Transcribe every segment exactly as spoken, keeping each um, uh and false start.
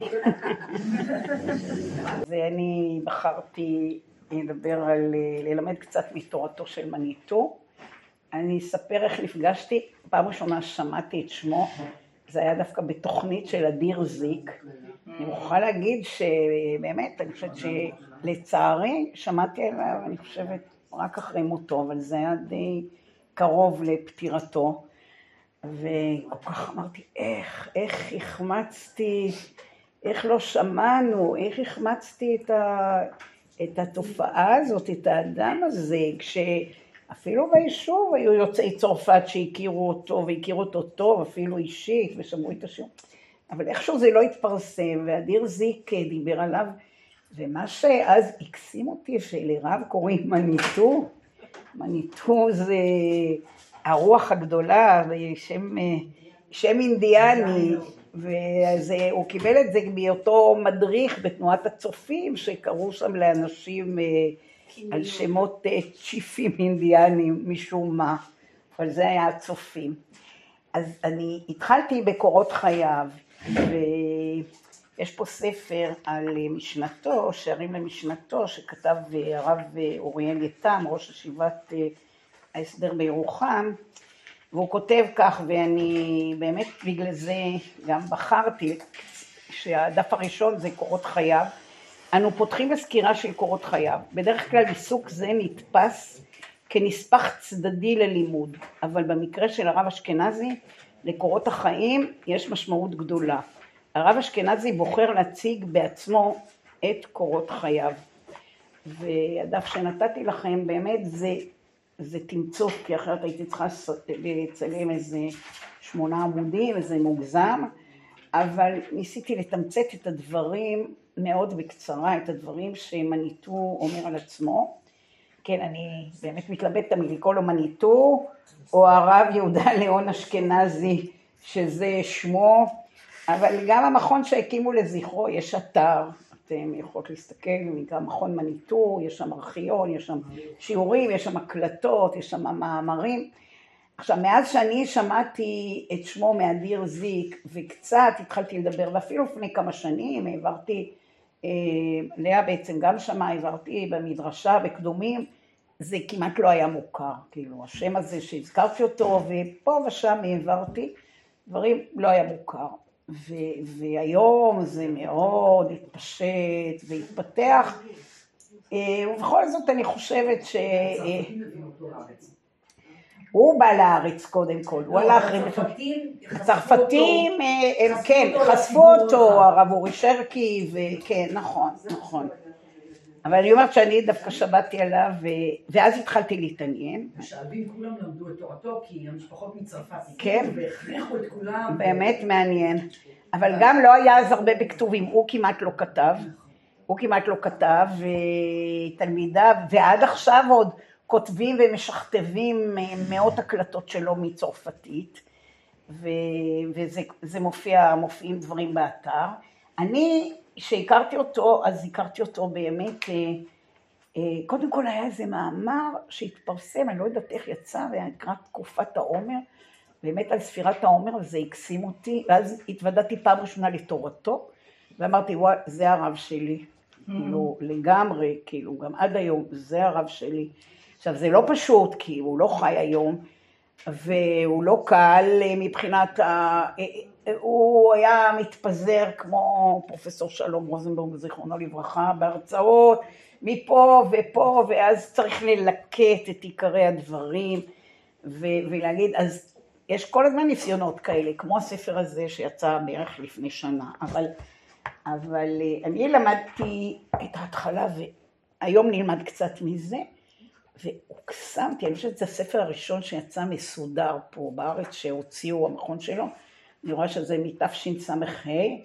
ואני בחרתי לדבר על, ללמד קצת מתורתו של מניטו. אני אספר איך נפגשתי, פעם ראשונה שמעתי את שמו, זה היה דווקא בתוכנית של אדיר זיק. אני מוכרחה להגיד שבאמת, אני חושבת שלצערי שמעתי עליו, אני חושבת רק אחרי מותו, אבל זה היה די קרוב לפטירתו. וכל כך אמרתי, איך, איך החמצתי, איך לא שמענו, איך החמצתי את, ה, את התופעה הזאת, את האדם הזה, כשאפילו ביישוב היו יוצאי צרפת שהכירו אותו, והכירו אותו טוב, אפילו אישית, ושמעו את השיר. אבל איכשהו זה לא התפרסם, ואדיר זיק דיבר עליו, ומה שאז הקסים אותי, שלרב קוראים מניטו, מניטו זה הרוח הגדולה, ושם שם אינדיאני, והוא קיבל את זה מאותו מדריך בתנועת הצופים, שקראו שם לאנשים על שמות צ'יפים אינדיאנים משום מה, אבל זה היה הצופים. אז אני התחלתי בקורות חייו, ויש פה ספר על משנתו, שערים למשנתו, שכתב הרב אוריאל יתם, ראש ישיבת ההסדר בירוחם, והוא כותב כך, ואני באמת בגלל זה גם בחרתי, שהדף הראשון זה קורות חייו. אנו פותחים בסקירה של קורות חייו. בדרך כלל עיסוק זה נתפס כנספח צדדי ללימוד, אבל במקרה של הרב אשכנזי, לקורות החיים יש משמעות גדולה. הרב אשכנזי בוחר להציג בעצמו את קורות חייו. והדף שנתתי לכם באמת זה, זה תמצות, כי אחרת הייתי צריכה לצלם איזה שמונה עמודים, איזה מוגזם, אבל ניסיתי לתמצת את הדברים מאוד בקצרה, את הדברים שמניטו אומר על עצמו. כן, אני באמת מתלבט תמיד לקרוא לו מניטו, או הרב יהודה ליאון אשכנזי, שזה שמו, אבל גם המכון שהקימו לזכרו, יש אתר, אתם יכולות להסתכל, נקרא מכון מניטו, יש שם ארכיון, יש שם שיעורים, יש שם הקלטות, יש שם מאמרים. עכשיו, מאז שאני שמעתי את שמו מאדיר זיק, וקצת התחלתי לדבר, ואפילו לפני כמה שנים העברתי, לאה בעצם גם שמה, העברתי במדרשה, בקדומים, זה כמעט לא היה מוכר, כאילו, השם הזה שהזכרתי אותו, ופה ושם העברתי, דברים לא היה מוכר. ו- והיום זה מאוד התפשט והתפתח, ובכל זאת אני חושבת ש... הוא בא לארץ קודם כל, הוא הלך... צרפתים, הם כן, חשפו אותו, הרב אורי שרקי, וכן, נכון, נכון. אבל אני אומרת שאני דווקא שמעתי עליו, ואז התחלתי להתעניין. ושאבים כולם למדו את תורתו, כי המשפחות מצרפת כן, והכריחו את כולם. באמת מעניין. אבל גם לא היה אז הרבה בכתובים, הוא כמעט לא כתב, הוא כמעט לא כתב, ותלמידיו, ועד עכשיו עוד כותבים ומשכתבים מאות הקלטות שלו מצרפתית, וזה זה מופיע, מופיעים דברים באתר. אני, שהכרתי אותו, אז הכרתי אותו באמת, קודם כל היה איזה מאמר שהתפרסם, אני לא יודעת איך יצא, ונקרא תקופת העומר, באמת על ספירת העומר, זה הקסים אותי, ואז התוודעתי פעם ראשונה לתורתו, ואמרתי, וואי, זה הרב שלי, כאילו, לגמרי, כאילו, גם עד היום, זה הרב שלי. עכשיו, זה לא פשוט, כי הוא לא חי היום, והוא לא קל מבחינת, ה... הוא היה מתפזר כמו פרופסור שלום רוזנברג, זיכרונו לברכה, בהרצאות, מפה ופה, ואז צריך ללקט את עיקרי הדברים, ו... ולהגיד, אז יש כל הזמן ניסיונות כאלה, כמו הספר הזה שיצא בערך לפני שנה, אבל, אבל אני למדתי את ההתחלה, והיום נלמד קצת מזה, והוקסמתי, אני חושבת שזה הספר הראשון שיצא מסודר פה בארץ, שהוציאו המכון שלו, אני רואה שזה מתשס"ה.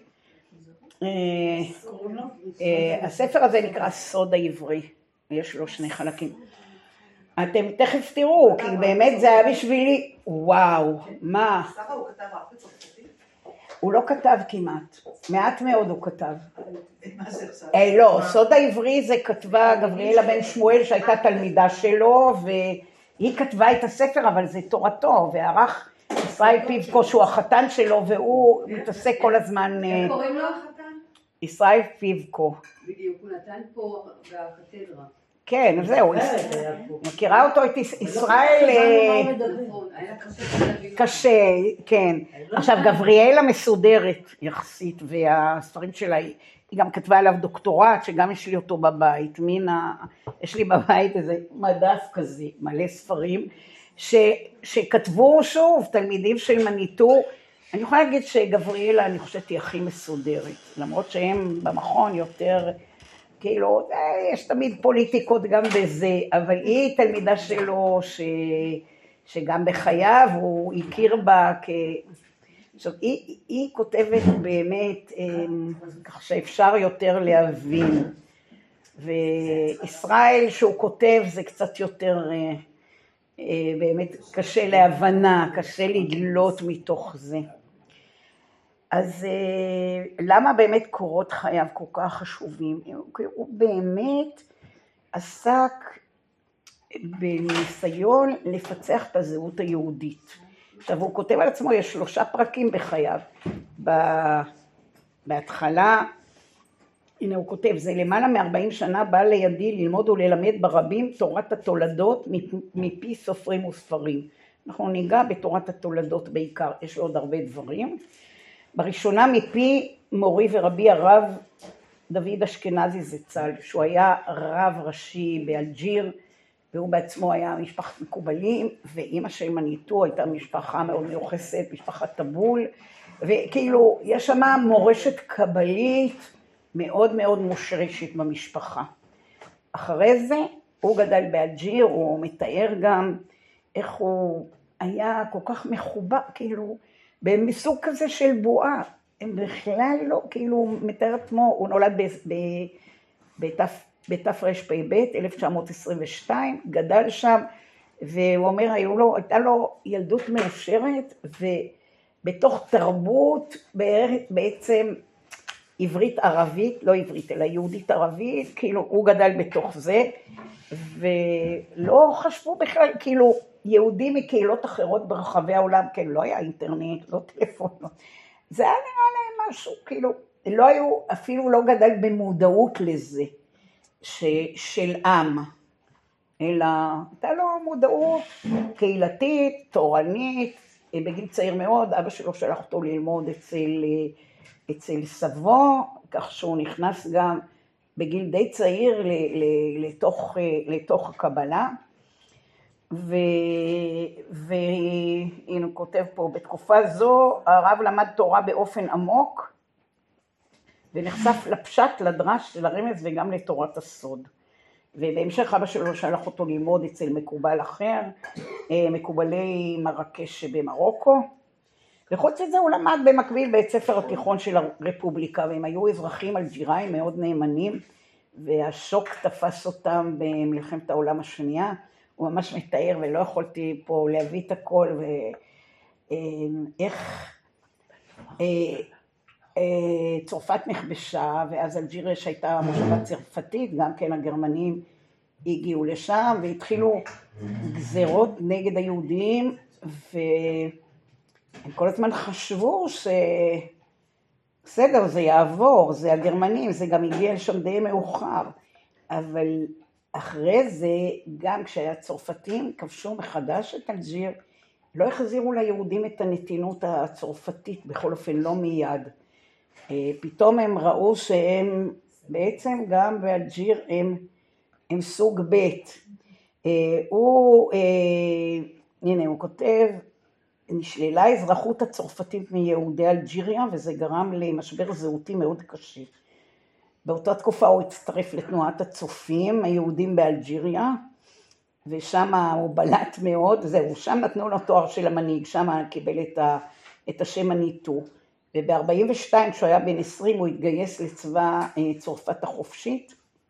הספר הזה נקרא סוד העברי, ויש לו שני חלקים. אתם תכף תראו, כי באמת זה היה בשבילי, וואו, מה? הוא כתב רק בצרפתית? הוא לא כתב כמעט, מעט מאוד הוא כתב. מה זה עכשיו? לא, סוד העברי זה כתבה גבריאלה בן שמואל שהייתה תלמידה שלו, והיא כתבה את הספר, אבל זה תורתו, וערך ישראל פיבקו שהוא החתן שלו, והוא מתעסק כל הזמן... איך קוראים לו החתן? ישראל פיבקו. בדיוק, הוא נתן פה בקתדרה. כן, זהו, מכירה אותו את ישראל, קשה, כן. עכשיו, גבריאל המסודרת יחסית, והספרים שלה, היא גם כתבה עליו דוקטורט, שגם יש לי אותו בבית, מינה, יש לי בבית איזה מדף כזה, מלא ספרים, שכתבו שוב, תלמידים של מניטו. אני יכולה להגיד שגבריאלה, אני חושבת, היא הכי מסודרת, למרות שהם במכון יותר, כאילו, יש תמיד פוליטיקות גם בזה, אבל היא תלמידה שלו, ש... שגם בחייו הוא הכיר בה כ... עכשיו, היא, היא כותבת באמת, כך שאפשר יותר להבין, וישראל שהוא כותב זה קצת יותר, באמת קשה להבנה, קשה לדלות מתוך זה. אז למה באמת קורות חייו כל כך חשובים? הוא באמת עסק בניסיון לפצח את הזהות היהודית. עכשיו הוא כותב על עצמו, יש שלושה פרקים בחייו. בהתחלה, הנה הוא כותב, זה למעלה מ-ארבעים שנה בא לידי ללמוד וללמד ברבים תורת התולדות מפי סופרים וספרים. אנחנו ניגע בתורת התולדות בעיקר, יש לו עוד הרבה דברים. בראשונה מפי מורי ורבי הרב דוד אשכנזי זצ"ל, שהוא היה רב ראשי באלג'יר, והוא בעצמו היה משפחת מקובלים, ואימא של מניטו הייתה משפחה מאוד מיוחסת, משפחת טבול, וכאילו יש שם מורשת קבלית מאוד מאוד מושרשת במשפחה. אחרי זה הוא גדל באלג'יר, הוא מתאר גם איך הוא היה כל כך מחובר, כאילו במסוג כזה של בועה, הם בכלל לא, כאילו הוא מתאר עצמו, הוא נולד בתרפ"ב, אלף תשע מאות עשרים ושתיים, גדל שם, והוא אומר, היו לו, הייתה לו ילדות מאושרת, ובתוך תרבות בעצם עברית ערבית, לא עברית אלא יהודית ערבית, כאילו הוא גדל בתוך זה, ולא חשבו בכלל, כאילו יהודים מקהילות אחרות ברחבי העולם, כן, לא היה אינטרנט, לא טלפון, לא. זה היה נראה להם משהו, כאילו, לא היו, אפילו לא גדל במודעות לזה, ש, של עם, אלא הייתה לו מודעות קהילתית, תורנית, בגיל צעיר מאוד, אבא שלו שלח אותו ללמוד אצל, אצל סבו, כך שהוא נכנס גם בגיל די צעיר ל, ל, לתוך, לתוך הקבלה, והנה הוא כותב פה, בתקופה זו הרב למד תורה באופן עמוק, ונחשף לפשט, לדרש, לרמז וגם לתורת הסוד. ובהמשך אבא שלו שלח אותו ללמוד אצל מקובל אחר, מקובלי מרקש במרוקו, וחוץ לזה הוא למד במקביל בית ספר התיכון של הרפובליקה, והם היו אזרחים אלג'יראים מאוד נאמנים, והשוק תפס אותם במלחמת העולם השנייה, הוא ממש מתאר ולא יכולתי פה להביא את הכל, ואיך צרפת נכבשה, ואז אלג'יריה שהייתה מושבה צרפתית, גם כן הגרמנים הגיעו לשם, והתחילו גזרות נגד היהודים, והם כל הזמן חשבו בסדר, זה יעבור, זה הגרמנים, זה גם הגיע לשם די מאוחר, אבל אחרי זה, גם כשהיה צרפתים, כבשו מחדש את אלג'יר, לא החזירו ליהודים את הנתינות הצרפתית, בכל אופן לא מיד. פתאום הם ראו שהם בעצם גם באלג'יר הם, הם סוג ב'. הוא, הנה הוא כותב, נשללה האזרחות הצרפתית מיהודי אלג'יריה, וזה גרם למשבר זהותי מאוד קשה. באותה תקופה הוא הצטרף לתנועת הצופים, היהודים באלג'יריה, ושם הוא בלט מאוד, זהו, שם נתנו לו תואר של המנהיג, שם קיבל את, ה, את השם מניטו, וב-ארבעים ושתיים, כשהוא היה בן עשרים, הוא התגייס לצבא צרפת החופשית,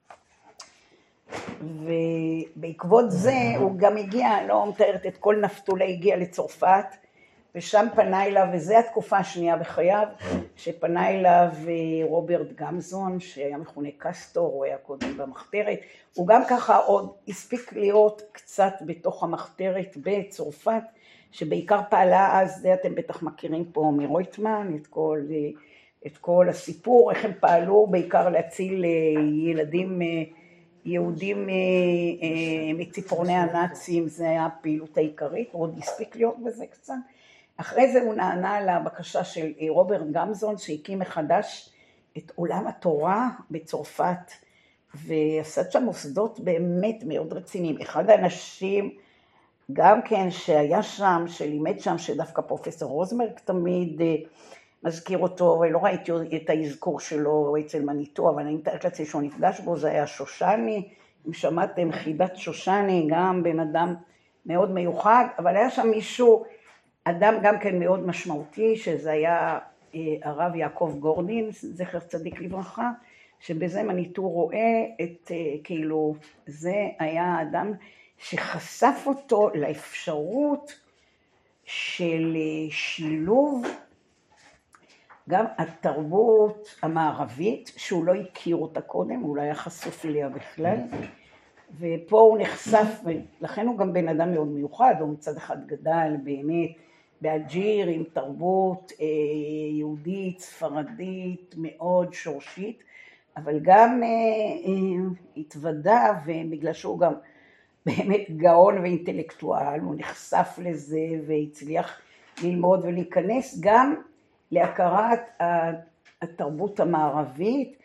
ובעקבות זה הוא גם הגיע, לא מתארת את כל נפתולה, הגיע לצרפת, ושם פנה אליו, וזו התקופה השנייה בחייו, שפנה אליו רוברט גמזון, שהיה מכונה קסטור, הוא היה קודם במחתרת, הוא גם ככה עוד הספיק להיות קצת בתוך המחתרת בצרפת, שבעיקר פעלה אז, זה אתם בטח מכירים פה מרויטמן, את כל את כל הסיפור, איך הם פעלו בעיקר להציל ילדים יהודים מציפורני הנאצים, זה היה הפעילות העיקרית, הוא עוד הספיק להיות בזה קצת. אחרי זה הוא נענה לבקשה של רוברט גמזון, שהקים מחדש את עולם התורה בצרפת, ועשה שם מוסדות באמת מאוד רציניים. אחד האנשים גם כן שהיה שם, שלימד שם, שדווקא פרופסור רוזנברג תמיד מזכיר אותו, ולא ראיתי את האזכור שלו אצל מניטו, אבל אני מתארת לעצמי שהוא נפגש בו, זה היה שושני, אם שמעתם חידת שושני, גם בן אדם מאוד מיוחד, אבל היה שם מישהו, אדם גם כן מאוד משמעותי, שזה היה הרב יעקב גורדין, זכר צדיק לברכה, שבזה מניטו רואה את, כאילו, זה היה האדם שחשף אותו לאפשרות של שילוב גם התרבות המערבית, שהוא לא הכיר אותה קודם, הוא לא היה חשוף אליה בכלל, ופה הוא נחשף, ולכן הוא גם בן אדם מאוד מיוחד, הוא מצד אחד גדל באמת באלג'יר עם תרבות יהודית, ספרדית, מאוד שורשית, אבל גם התוודע, ובגלל שהוא גם באמת גאון ואינטלקטואל, הוא נחשף לזה והצליח ללמוד ולהיכנס גם להכרת התרבות המערבית,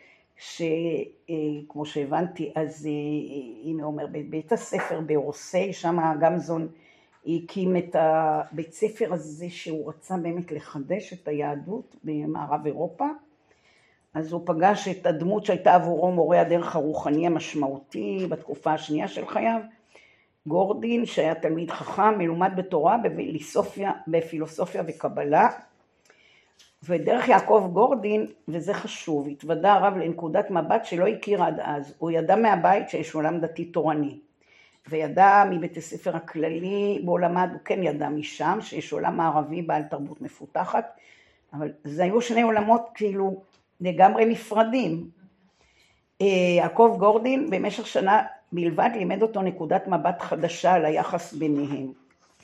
שכמו שהבנתי, אז הנה אומר, בבית הספר באורסיי, שם גמזון הקים את הבית ספר הזה שהוא רצה באמת לחדש את היהדות במערב אירופה, אז הוא פגש את הדמות שהייתה עבורו מורה הדרך הרוחני המשמעותי בתקופה השנייה של חייו, גורדין, שהיה תלמיד חכם, מלומד בתורה, בפילוסופיה, בפילוסופיה וקבלה, ודרך יעקב גורדין, וזה חשוב, התוודע הרב לנקודת מבט שלא הכיר עד אז, הוא ידע מהבית שיש עולם דתי תורני, וידע מבית הספר הכללי, בו למד, הוא כן ידע משם, שיש עולם מערבי בעל תרבות מפותחת, אבל זה היו שני עולמות כאילו לגמרי נפרדים. יעקב גורדין במשך שנה בלבד לימד אותו נקודת מבט חדשה על היחס ביניהם.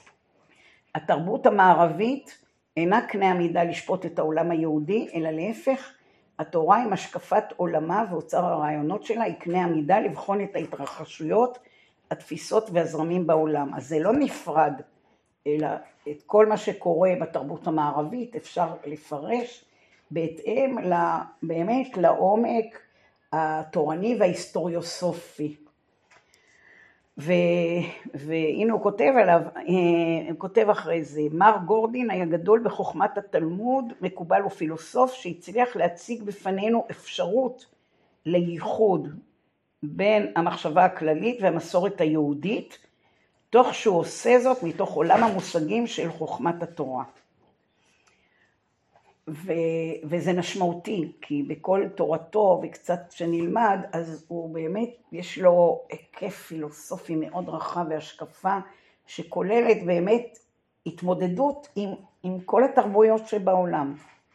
התרבות המערבית אינה קנה המידה לשפוט את העולם היהודי, אלא להפך, התורה עם השקפת עולמה ואוצר הרעיונות שלה, היא קנה המידה לבחון את ההתרחשויות, התפיסות והזרמים בעולם. אז זה לא נפרד, אלא את כל מה שקורה בתרבות המערבית אפשר לפרש בהתאם באמת לעומק התורני וההיסטוריוסופי. ו... והנה הוא כותב עליו, הוא כותב אחרי זה, מר גורדין היה גדול בחוכמת התלמוד, מקובל ופילוסוף שהצליח להציג בפנינו אפשרות לייחוד בין המחשבה הכללית והמסורת היהודית, תוך שהוא עושה זאת מתוך עולם המושגים של חוכמת התורה. ו... וזה משמעותי, כי בכל תורתו וקצת שנלמד, אז הוא באמת, יש לו היקף פילוסופי מאוד רחב והשקפה, שכוללת באמת התמודדות עם, עם כל התרבויות שבעולם.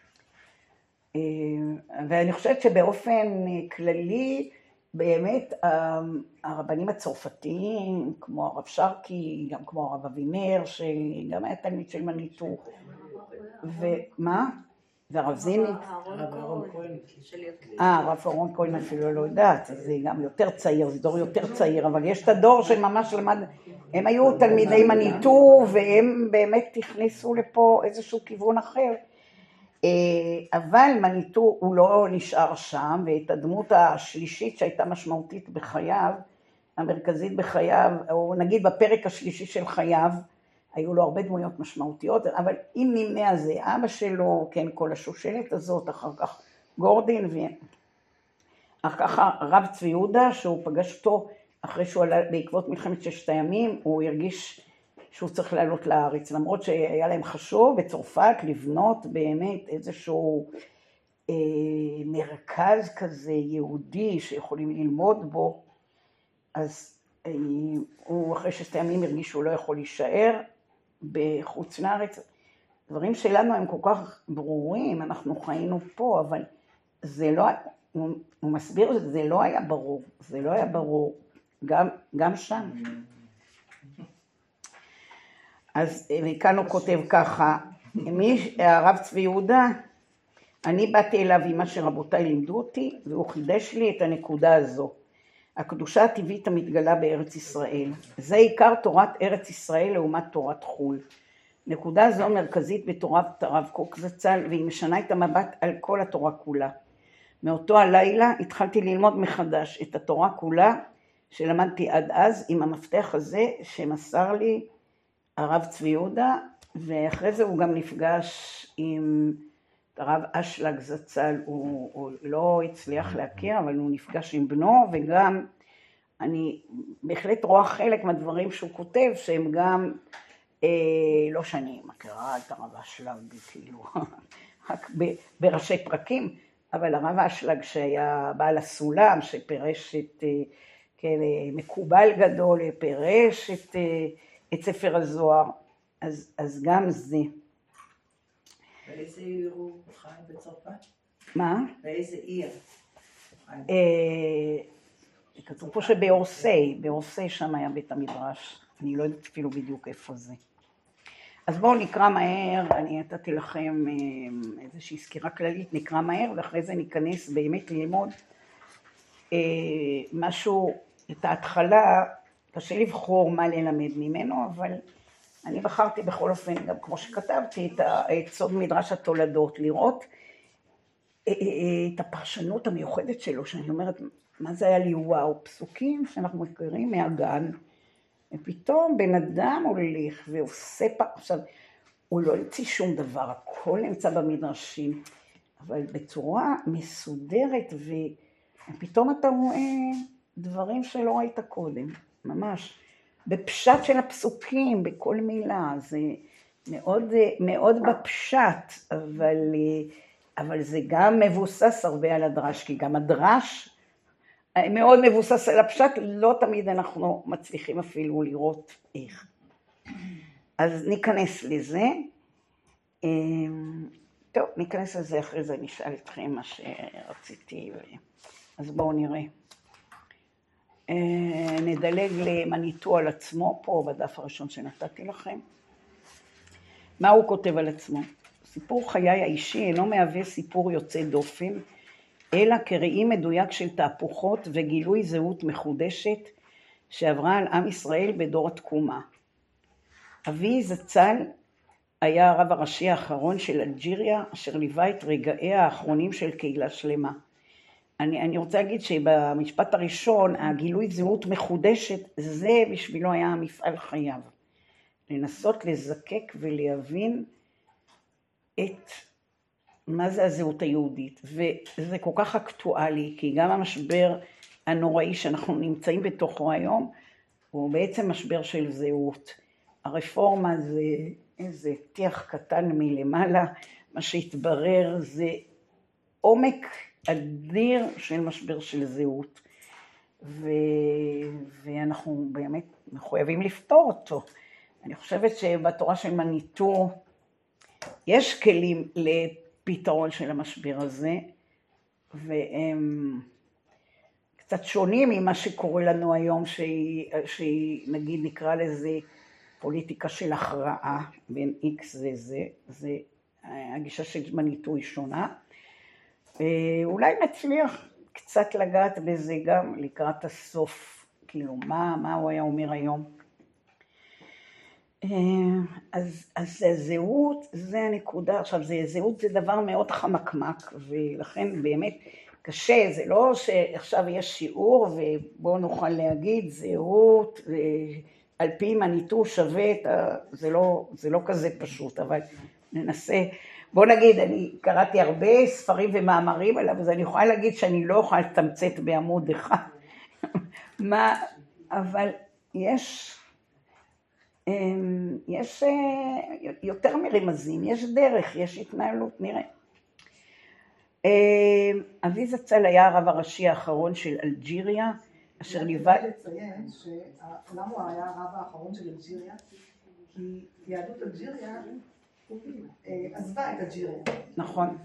ואני חושבת שבאופן כללי, באמת הרבנים הצרפתיים, כמו הרב שרקי, גם כמו הרב אבינר, שגם היה תלמיד של מניטו, ומה? והרב זיני? הרב אהרון כהן. אה, הרב אהרון כהן אפילו לא יודעת, זה גם יותר צעיר, זה דור יותר צעיר, אבל יש את הדור שממש למד, הם היו תלמידי מניטו, והם באמת הכניסו לפה איזשהו כיוון אחר, אבל מניטו הוא לא נשאר שם, ואת הדמות השלישית שהייתה משמעותית בחייו, המרכזית בחייו, או נגיד בפרק השלישי של חייו, היו לו הרבה דמויות משמעותיות, אבל אם נמנה זה אבא שלו, כן, כל השושלת הזאת, אחר כך גורדין, ואחר כך הרב צבי יהודה, שהוא פגש אותו אחרי שהוא עלה בעקבות מלחמת ששת הימים, הוא הרגיש שהוא צריך לעלות לארץ, למרות שהיה להם חשוב בצרפת לבנות באמת איזשהו אה, מרכז כזה יהודי שיכולים ללמוד בו, אז אה, הוא אחרי ששת הימים הרגיש שהוא לא יכול להישאר, בחוץ לארץ, דברים שלנו הם כל כך ברורים, אנחנו חיינו פה, אבל זה לא, הוא, הוא מסביר שזה לא היה ברור, זה לא היה ברור, גם, גם שם. אז כאן הוא כותב ככה, מי, הרב צבי יהודה, אני באתי אליו עם מה שרבותיי לימדו אותי, והוא חידש לי את הנקודה הזו. הקדושה הטבעית המתגלה בארץ ישראל. זה עיקר תורת ארץ ישראל לעומת תורת חו"ל. נקודה זו מרכזית בתורת הרב קוק זצ"ל, והיא משנה את המבט על כל התורה כולה. מאותו הלילה התחלתי ללמוד מחדש את התורה כולה, שלמדתי עד אז עם המפתח הזה שמסר לי הרב צבי יהודה, ואחרי זה הוא גם נפגש עם הרב אשלג זצ"ל, הוא, הוא לא הצליח להכיר, אבל הוא נפגש עם בנו, וגם אני בהחלט רואה חלק מהדברים שהוא כותב, שהם גם, אה, לא שאני מכירה את הרב אשלג, כאילו, רק ב, בראשי פרקים, אבל הרב אשלג שהיה בעל הסולם, שפירש את, כן, מקובל גדול, פירש את, את ספר הזוהר, אז, אז גם זה. באיזה עיר הוא חי בצרפת? מה? באיזה עיר? כתוב פה שבאורסי, באורסי שם היה בית המדרש, אני לא יודעת אפילו בדיוק איפה זה. אז בואו נקרא מהר, אני נתתי לכם איזושהי סקירה כללית, נקרא מהר ואחרי זה ניכנס באמת ללמוד משהו, את ההתחלה, קשה לבחור מה ללמד ממנו, אבל אני בחרתי בכל אופן, גם כמו שכתבתי, את סוד מדרש התולדות, לראות את הפרשנות המיוחדת שלו, שאני אומרת, מה זה היה לי וואו, פסוקים שאנחנו מכירים מהגן, ופתאום בן אדם הולך ועושה פעם, עכשיו, הוא לא המציא שום דבר, הכל נמצא במדרשים, אבל בצורה מסודרת, ופתאום אתה רואה דברים שלא ראית קודם, ממש. בפשט של הפסוקים, בכל מילה, זה מאוד, מאוד בפשט, אבל, אבל זה גם מבוסס הרבה על הדרש, כי גם הדרש מאוד מבוסס על הפשט, לא תמיד אנחנו מצליחים אפילו לראות איך. אז ניכנס לזה. טוב, ניכנס לזה אחרי זה, נשאל אתכם מה שרציתי, אז בואו נראה. נדלג למניטו על עצמו, פה בדף הראשון שנתתי לכם. מה הוא כותב על עצמו? סיפור חיי האישי אינו מהווה סיפור יוצא דופן, אלא כראי מדויק של תהפוכות וגילוי זהות מחודשת שעברה על עם ישראל בדור התקומה. אבי זצ"ל היה הרב הראשי האחרון של אלג'יריה, אשר ליווה את רגעיה האחרונים של קהילה שלמה. אני, אני רוצה להגיד שבמשפט הראשון, הגילוי זהות מחודשת, זה בשבילו היה מפעל חייו. לנסות לזקק ולהבין את מה זה הזהות היהודית. וזה כל כך אקטואלי, כי גם המשבר הנוראי שאנחנו נמצאים בתוכו היום, הוא בעצם משבר של זהות. הרפורמה זה איזה טיח קטן מלמעלה, מה שהתברר זה עומק אדיר של משבר של זהות, ו... ואנחנו באמת מחויבים לפתור אותו. אני חושבת שבתורה של מניטו יש כלים לפתרון של המשבר הזה, והם קצת שונים ממה שקורה לנו היום, שהיא, שהיא נגיד נקרא לזה פוליטיקה של הכרעה בין X וזה, זה הגישה של מניטו היא שונה. אולי נצליח קצת לגעת בזה גם לקראת הסוף, כאילו מה, מה הוא היה אומר היום. אז, אז הזהות זה הנקודה, עכשיו זה, זהות זה דבר מאוד חמקמק, ולכן באמת קשה, זה לא שעכשיו יש שיעור ובואו נוכל להגיד זהות, על פי מניטו שווה, זה לא, זה לא כזה פשוט, אבל ננסה. בוא נגיד, אני קראתי הרבה ספרים ומאמרים עליו, אז אני יכולה להגיד שאני לא יכולה לתמצת בעמוד אחד. מה, אבל יש, יש יותר מרמזים, יש דרך, יש התנהלות, נראה. אבי זצ"ל היה הרב הראשי האחרון של אלג'יריה, אשר ליווה... אני רוצה לציין שלמה הוא היה הרב האחרון של אלג'יריה, כי יהדות אלג'יריה עזבה את אלג'יריה. נכון.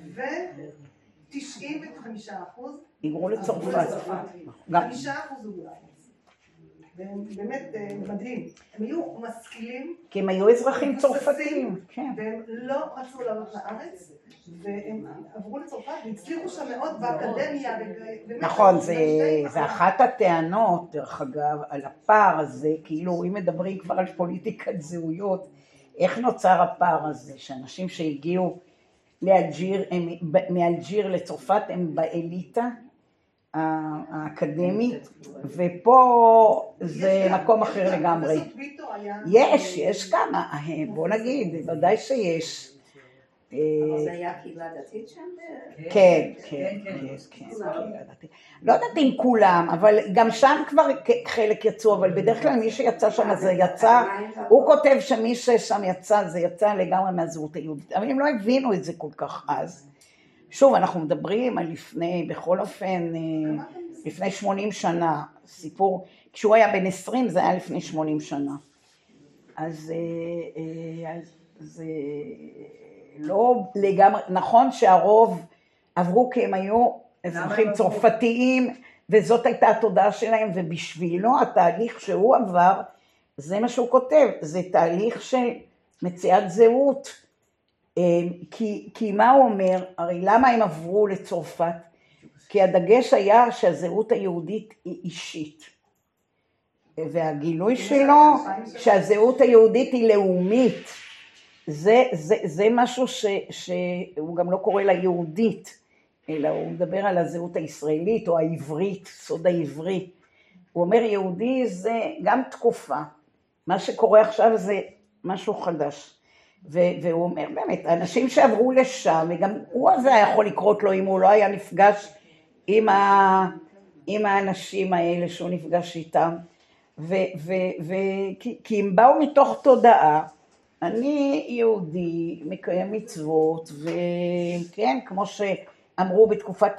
ו-תשעים וחמישה אחוז היגרו לצרפת. חמישה אחוז אולי. והם באמת מדהים. הם היו משכילים. כי הם היו אזרחים צרפתיים, כן. והם לא רצו לעלות לארץ, והם עברו לצרפת והצליחו שם מאוד באקדמיה. נכון, זה אחת הטענות, דרך אגב, על הפער הזה, כאילו אם מדברים כבר על פוליטיקת זהויות, איך נוצר הפער הזה, שאנשים שהגיעו לאלג'יר, מאלג'יר לצרפת הם באליטה האקדמית, ופה זה מקום אחר לגמרי. יש, יש כמה, בוא נגיד, ודאי שיש. אבל זה היה קהילה דתית שם? כן, כן, כן, לא יודעת אם כולם, אבל גם שם כבר חלק יצאו, אבל בדרך כלל מי שיצא שם זה יצא, הוא כותב שמי ששם יצא זה יצא לגמרי מהזהות היהודית, אבל הם לא הבינו את זה כל כך אז. שוב, אנחנו מדברים על לפני, בכל אופן, לפני שמונים שנה, סיפור, כשהוא היה בן עשרים זה היה לפני שמונים שנה. אז זה לא לגמרי, נכון שהרוב עברו כי הם היו אזרחים צרפתיים, וזאת הייתה התודעה שלהם, ובשבילו התהליך שהוא עבר, זה מה שהוא כותב, זה תהליך של מציאת זהות, כי, כי מה הוא אומר, הרי למה הם עברו לצרפת? כי הדגש היה שהזהות היהודית היא אישית, והגילוי שלו שהזהות היהודית היא לאומית, זה, זה, זה משהו ש, שהוא גם לא קורא לה יהודית, אלא הוא מדבר על הזהות הישראלית או העברית, סוד העברי. הוא אומר יהודי זה גם תקופה, מה שקורה עכשיו זה משהו חדש. והוא אומר באמת, האנשים שעברו לשם, וגם הוא הזה היה יכול לקרות לו אם הוא לא היה נפגש עם, ה, עם האנשים האלה שהוא נפגש איתם, ו, ו, ו, כי, כי הם באו מתוך תודעה, אני יהודי, מקיים מצוות, וכן, כמו שאמרו בתקופת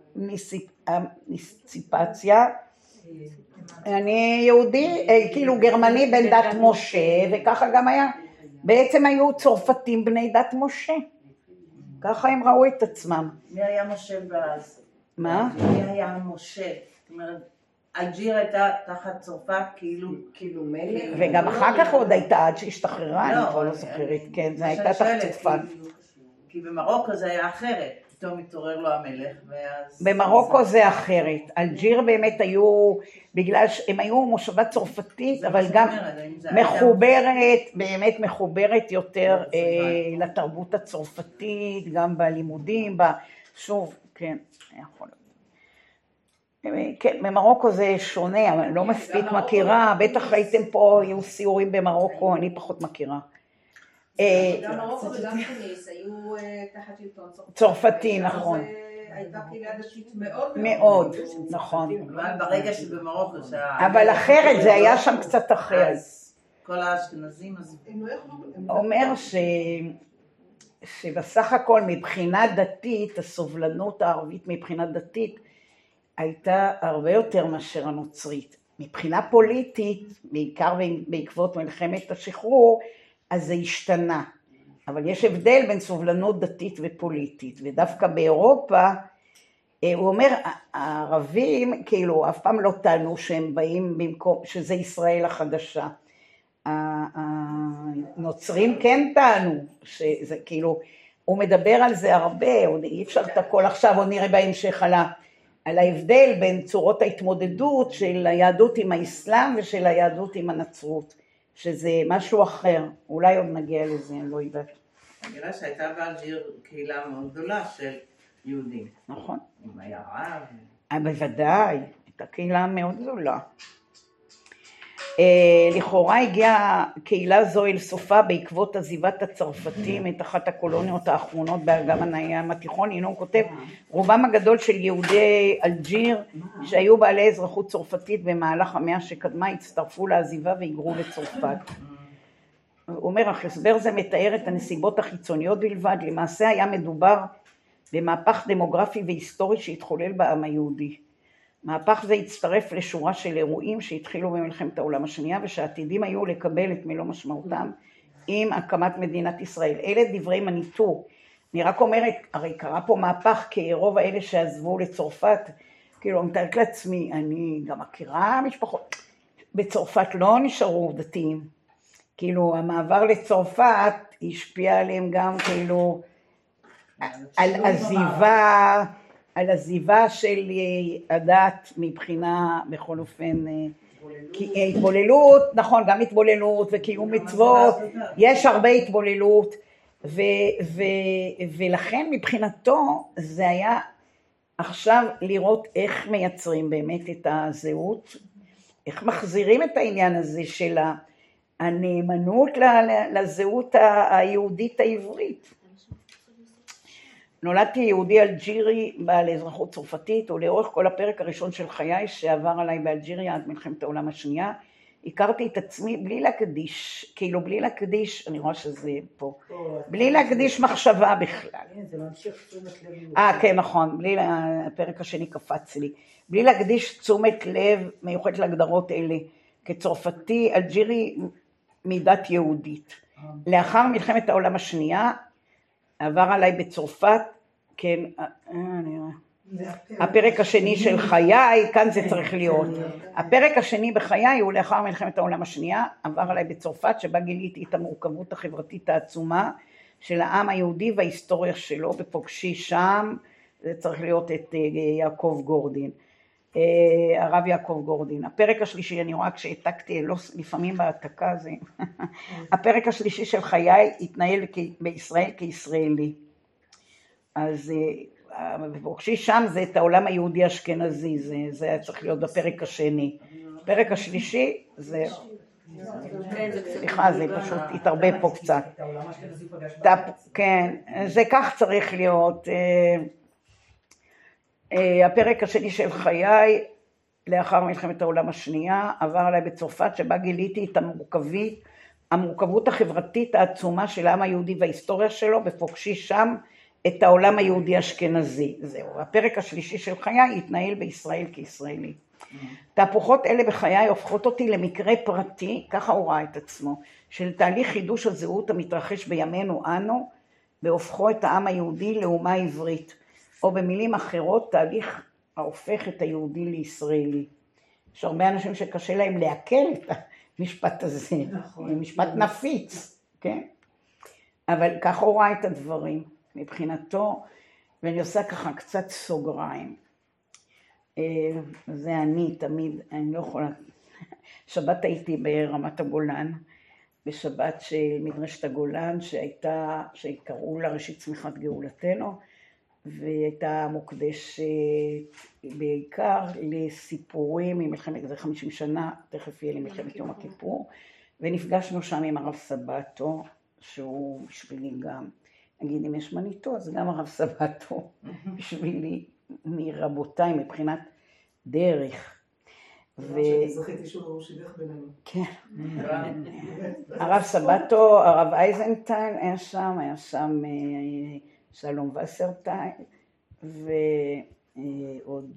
האמניסיפציה, אני יהודי, כאילו גרמני בן דת משה, וככה גם היה, בעצם היו צרפתים בני דת משה, ככה הם ראו את עצמם. מי היה משה ואז? מה? מי היה משה? זאת אומרת, אלג'יר הייתה תחת צרפת כאילו, כאילו מלך. וגם אחר כך עוד הייתה עד שהשתחררה, אני כבר לא זוכרת, כן, זה הייתה תחת צרפת. כי במרוקו זה היה אחרת, פתאום התעורר לו המלך, ואז... במרוקו זה אחרת, אלג'יר באמת היו, בגלל שהם היו מושבה צרפתית, אבל גם מחוברת, באמת מחוברת יותר לתרבות הצרפתית, גם בלימודים, שוב, כן, יכול להיות. כן, במרוקו זה שונה, אבל לא מספיק מכירה, בטח ראיתם פה, היו סיורים במרוקו, אני פחות מכירה. גם מרוקו וגם תוניס היו תחת שלטון צרפתי, נכון. הייתה קהילה דתית מאוד מאוד, נכון. אבל ברגע שבמרוקו... אבל אחרת, זה היה שם קצת אחרת. כל האשכנזים אז... אומר ש... שבסך הכל מבחינה דתית, הסובלנות הערבית מבחינה דתית, הייתה הרבה יותר מאשר הנוצרית. מבחינה פוליטית, בעיקר בעקבות מלחמת השחרור, אז זה השתנה. אבל יש הבדל בין סובלנות דתית ופוליטית, ודווקא באירופה, הוא אומר, הערבים כאילו אף פעם לא טענו שהם באים במקום, שזה ישראל החדשה. הנוצרים כן טענו, שזה כאילו, הוא מדבר על זה הרבה, אי אפשר את הכל עכשיו, או נראה בהמשך על ה... על ההבדל בין צורות ההתמודדות של היהדות עם האסלאם ושל היהדות עם הנצרות, שזה משהו אחר, אולי עוד נגיע לזה, אני לא יודעת. נראה שהייתה באלג'יר קהילה מאוד גדולה של יהודים. נכון. עם היה רב. בוודאי, הייתה קהילה מאוד גדולה. לכאורה הגיעה קהילה זו אל סופה בעקבות עזיבת הצרפתים את אחת הקולוניות האחרונות באגן הים התיכון. הנה הוא כותב, רובם הגדול של יהודי אלג'יר שהיו בעלי אזרחות צרפתית במהלך המאה שקדמה הצטרפו לעזיבה והיגרו לצרפת. הוא אומר, אך הסבר זה מתאר את הנסיבות החיצוניות בלבד, למעשה היה מדובר במהפך דמוגרפי והיסטורי שהתחולל בעם היהודי. מהפך זה הצטרף לשורה של אירועים שהתחילו במלחמת העולם השנייה ושעתידים היו לקבל את מלוא משמעותם עם הקמת מדינת ישראל. אלה דברי מניטור. אני רק אומרת, הרי קרה פה מהפך כי רוב האלה שעזבו לצרפת, כאילו אני מתארת לעצמי, אני גם מכירה משפחות, בצרפת לא נשארו דתיים. כאילו המעבר לצרפת השפיע עליהם גם כאילו על עזיבה, על עזיבה של הדת מבחינה בכל אופן, התבוללות, נכון, גם התבוללות וקיום מצוות, יש הרבה התבוללות, ו, ו, ולכן מבחינתו זה היה עכשיו לראות איך מייצרים באמת את הזהות, איך מחזירים את העניין הזה של הנאמנות לזהות היהודית העברית. נולדתי יהודי אלג'ירי בעל אזרחות צרפתית, ולאורך כל הפרק הראשון של חיי שעבר עליי באלג'יריה עד מלחמת העולם השנייה, הכרתי את עצמי בלי להקדיש, כאילו בלי להקדיש, אני רואה שזה פה, בלי להקדיש מחשבה בכלל. זה ממשיך תשומת לב. אה, כן, נכון, בלי, הפרק השני קפץ לי. בלי להקדיש תשומת לב מיוחדת להגדרות אלה, כצרפתי אלג'ירי מדת יהודית. לאחר מלחמת העולם השנייה, עבר עליי בצרפת, כן, אני רואה. הפרק השני של חיי, כאן זה צריך להיות. הפרק השני בחיי הוא לאחר מלחמת העולם השנייה, עבר עליי בצרפת, שבה גיליתי את המורכבות החברתית העצומה של העם היהודי וההיסטוריה שלו, בפוגשי שם, זה צריך להיות את יעקב גורדין, הרב יעקב גורדין. הפרק השלישי, אני רואה כשהעתקתי, לא, לפעמים בהעתקה זה, הפרק השלישי של חיי התנהל בישראל כישראלי. אז בפוגשי שם זה את העולם היהודי אשכנזי, זה, זה היה צריך להיות בפרק השני. הפרק השלישי זה, סליחה, זה פשוט התערבב פה קצת. כן, זה כך צריך להיות. הפרק השני של חיי, לאחר מלחמת העולם השנייה, עבר עליי בצרפת, שבה גיליתי את המורכבית, המורכבות החברתית העצומה של העם היהודי וההיסטוריה שלו, בפוגשי שם את העולם היהודי אשכנזי. זהו, הפרק השלישי של חיי התנהל בישראל כישראלי. תהפוכות אלה בחיי הופכות אותי למקרה פרטי, ככה הוא ראה את עצמו, של תהליך חידוש הזהות המתרחש בימינו אנו, בהופכו את העם היהודי לאומה עברית, או במילים אחרות, תהליך ההופך את היהודי לישראלי. יש הרבה אנשים שקשה להם לעכל את המשפט הזה, נכון, משפט נפיץ, כן? אבל ככה הוא ראה את הדברים, מבחינתו, ואני עושה ככה קצת סוגריים. זה אני תמיד, אני לא יכולה, שבת הייתי ברמת הגולן, בשבת של מדרשת הגולן, שהייתה, שקראו לה ראשית צמיחת גאולתנו, והייתה מוקדשת בעיקר לסיפורים ממלחמת, זה חמישים שנה, תכף יהיה לי מלחמת יום הכיפור, ונפגשנו שם עם הרב סבתו, שהוא בשבילי גם, נגיד אם יש מניתו, אז גם הרב סבתו, בשבילי מרבותיי מבחינת דרך. זכיתי שהוא ראש שידך בינינו. כן. הרב סבתו, הרב אייזנטיין היה שם, היה שם שלום וסרטייל, ועוד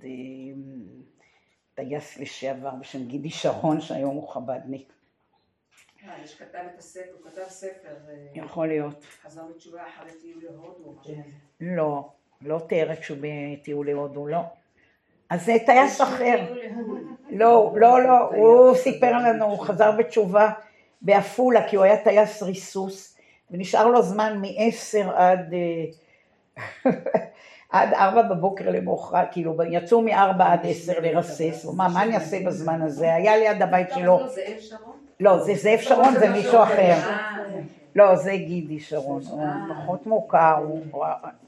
טייס לשעבר בשם גידי שרון, שהיום הוא חבדניק. יש כתב את הספר, הוא כתב ספר. יכול להיות. חזר בתשובה אחרי טיול להודו. לא, לא תיאר כשהוא בטיול להודו, לא. אז זה טייס אחר. לא, לא, לא, הוא סיפר לנו, הוא חזר בתשובה באפולה, כי הוא היה טייס ריסוס, ונשאר לו זמן מעשר עד, עד ארבע בבוקר למוחרת, כאילו יצאו מארבע עד עשר לרסס, הוא אמר, מה אני אעשה בזמן הזה? היה ליד הבית שלו. לא, זה זאב שרון? לא, זה זאב שרון, זה מישהו אחר. לא, זה גידי שרון, הוא פחות מוכר, הוא...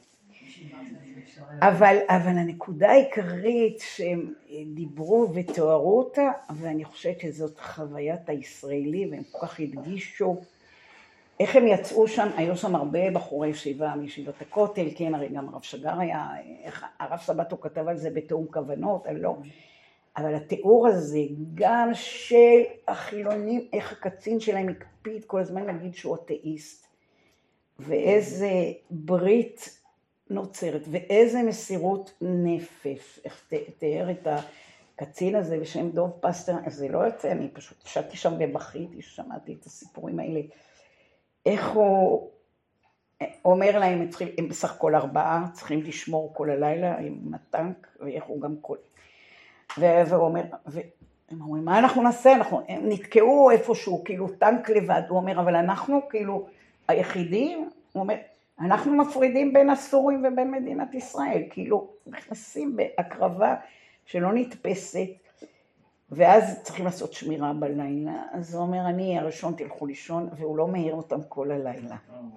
אבל, אבל הנקודה העיקרית שהם דיברו ותוארו אותה, ואני חושבת שזאת חוויית הישראלי, והם כל כך הדגישו, איך הם יצאו שם, היו שם הרבה בחורי ישיבה מישיבת הכותל, כן, הרי גם הרב שגר היה, איך, הרב סבתו כתב על זה בתיאום כוונות, לא, אבל התיאור הזה, גם של החילונים, איך הקצין שלהם הקפיד כל הזמן להגיד שהוא אתאיסט, ואיזה ברית נוצרת, ואיזה מסירות נפש, איך תיאר את הקצין הזה בשם דוב פסטר, אז זה לא יוצא, אני פשוט ישבתי שם ובכיתי, שמעתי את הסיפורים האלה, איך הוא אומר להם, הם, צריכים, הם בסך הכל ארבעה, צריכים לשמור כל הלילה עם הטנק, ואיך הוא גם כל... והוא אומר, הם אומרים, מה אנחנו נעשה? אנחנו, הם נתקעו איפשהו, כאילו טנק לבד. הוא אומר, אבל אנחנו כאילו היחידים, הוא אומר, אנחנו מפרידים בין הסורים ובין מדינת ישראל, כאילו נכנסים בהקרבה שלא נתפסת, ואז צריכים לעשות שמירה בלילה. אז הוא אומר, אני הראשון תלכו לישון, והוא לא מהיר אותם כל הלילה.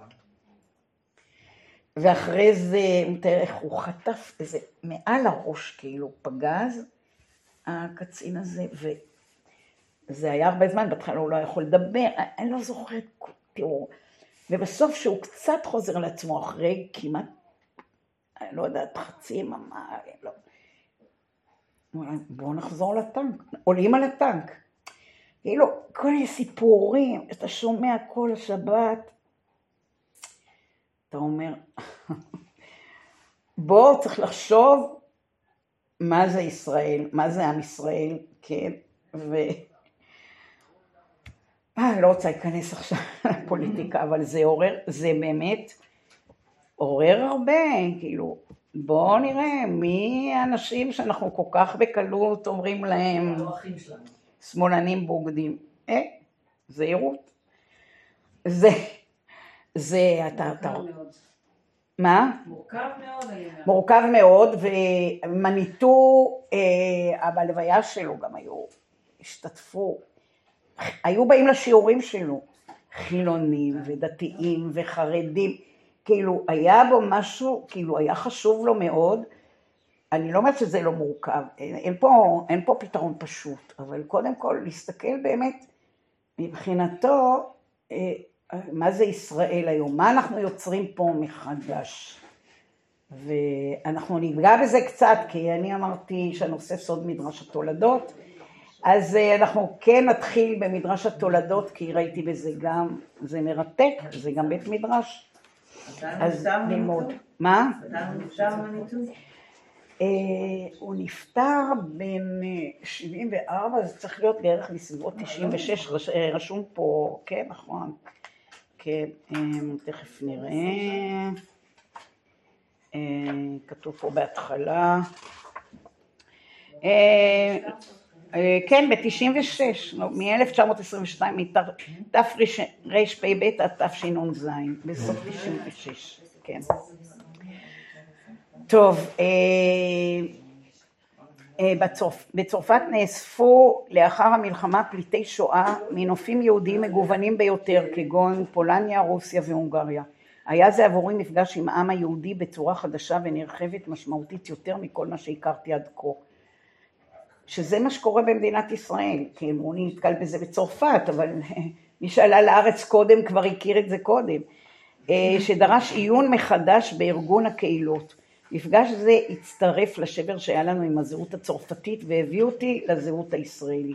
ואחרי זה, הוא מתאר איך הוא חטף איזה מעל הראש, כאילו פגז, הקצין הזה, וזה היה הרבה זמן, בהתחלה הוא לא יכול לדבר, אני לא זוכרת, תראו, ובסוף שהוא קצת חוזר לעצמו אחרי כמעט, אני לא יודעת, חצי יממה, לא. בואו נחזור לטנק, עולים על הטנק. כאילו, כל מיני סיפורים, אתה שומע כל השבת, אתה אומר, בואו צריך לחשוב מה זה ישראל, מה זה עם ישראל, כן, ו... אה, לא רוצה להיכנס עכשיו לפוליטיקה, אבל זה עורר, זה באמת עורר הרבה, כאילו, בואו נראה מי האנשים שאנחנו כל כך בקלות אומרים להם, שמאלנים בוגדים. אה, זהירות. זה, זה, אתה, אתה... מה? מורכב מאוד. מורכב מאוד, ומניתו, אה, בלוויה שלו גם היו, השתתפו, היו באים לשיעורים שלו, חילונים ודתיים וחרדים, כאילו היה בו משהו, כאילו היה חשוב לו מאוד, אני לא אומרת שזה לא מורכב, אין, אין, פה, אין פה פתרון פשוט, אבל קודם כל להסתכל באמת מבחינתו, אה, מה זה ישראל היום, מה אנחנו יוצרים פה מחדש, ואנחנו ניגע בזה קצת, כי אני אמרתי שהנושא סוד מדרש התולדות, אז אנחנו כן נתחיל במדרש התולדות, כי ראיתי בזה גם, זה מרתק, זה גם בית מדרש. אז ללמוד. מה? הוא נפטר מניתו? הוא נפטר בין שבעים וארבע, זה צריך להיות בערך בסביבות תשעים ושש, רשום פה, כן, נכון. כן, תכף נראה. כתוב פה בהתחלה. כן, ב-תשעים ושש, מ-אלף תשע מאות עשרים ושתיים, מתרפ"ב עד תשנ"ז, בסוף תשעים ושש, כן. טוב, בצרפת נאספו לאחר המלחמה פליטי שואה מנופים יהודיים מגוונים ביותר, כגון פולניה, רוסיה והונגריה. היה זה עבורי מפגש עם העם היהודי בצורה חדשה ונרחבת משמעותית יותר מכל מה שהכרתי עד כה. שזה מה שקורה במדינת ישראל, כי הוא נתקל בזה בצרפת, אבל מי שעלה לארץ קודם כבר הכיר את זה קודם, שדרש עיון מחדש בארגון הקהילות. מפגש זה הצטרף לשבר שהיה לנו עם הזהות הצרפתית, והביא אותי לזהות הישראלית.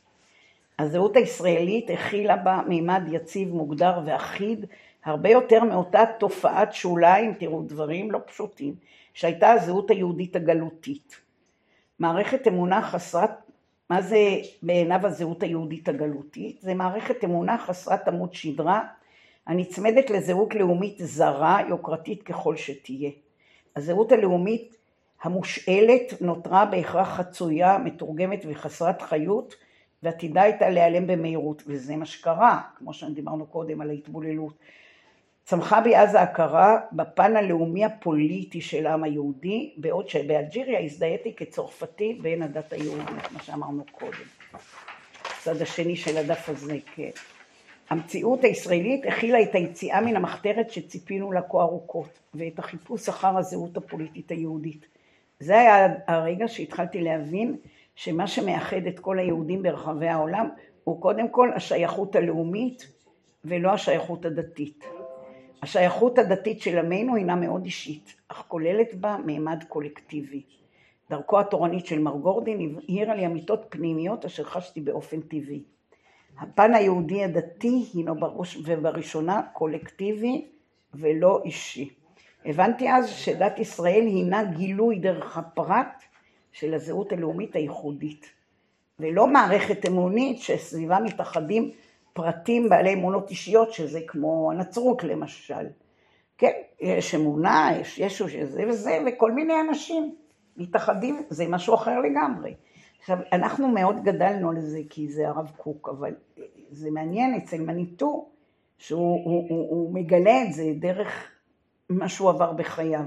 הזהות הישראלית הכילה בה מימד יציב, מוגדר ואחיד, הרבה יותר מאותה תופעת שוליים, תראו דברים לא פשוטים, שהייתה הזהות היהודית הגלותית. מערכת אמונה חסרת, מה זה בעיניו הזהות היהודית הגלותית? זה מערכת אמונה חסרת עמוד שדרה, הנצמדת לזהות לאומית זרה, יוקרתית ככל שתהיה. הזהות הלאומית המושאלת נותרה בהכרח חצויה, מתורגמת וחסרת חיות, ועתידה הייתה להיעלם במהירות, וזה מה שקרה, כמו שדיברנו קודם על ההתבוללות. צמחה בי אז ההכרה בפן הלאומי הפוליטי של העם היהודי, בעוד שבאלג'יריה הזדהיתי כצרפתי בין הדת היהודית, מה שאמרנו קודם. הצד השני של הדף הזה, כן. המציאות הישראלית הכילה את היציאה מן המחתרת שציפינו לה כה ארוכות, ואת החיפוש אחר הזהות הפוליטית היהודית. זה היה הרגע שהתחלתי להבין שמה שמאחד את כל היהודים ברחבי העולם, הוא קודם כל השייכות הלאומית ולא השייכות הדתית. השייכות הדתית של עמנו הינה מאוד אישית, אך כוללת בה מימד קולקטיבי. דרכו התורנית של מר גורדין הבהירה לי אמיתות פנימיות אשר חשתי באופן טבעי. הפן היהודי הדתי הינו בראש ובראשונה קולקטיבי ולא אישי. הבנתי אז שדת ישראל הינה גילוי דרך הפרט של הזהות הלאומית הייחודית, ולא מערכת אמונית שסביבה מתאחדים פרטים בעלי אמונות אישיות, שזה כמו הנצרות למשל. כן, יש אמונה, יש ישו שזה וזה, וכל מיני אנשים מתאחדים, זה משהו אחר לגמרי. עכשיו, אנחנו מאוד גדלנו על זה, כי זה הרב קוק, אבל זה מעניין אצל מניטו, שהוא הוא, הוא, הוא מגלה את זה דרך מה שהוא עבר בחייו.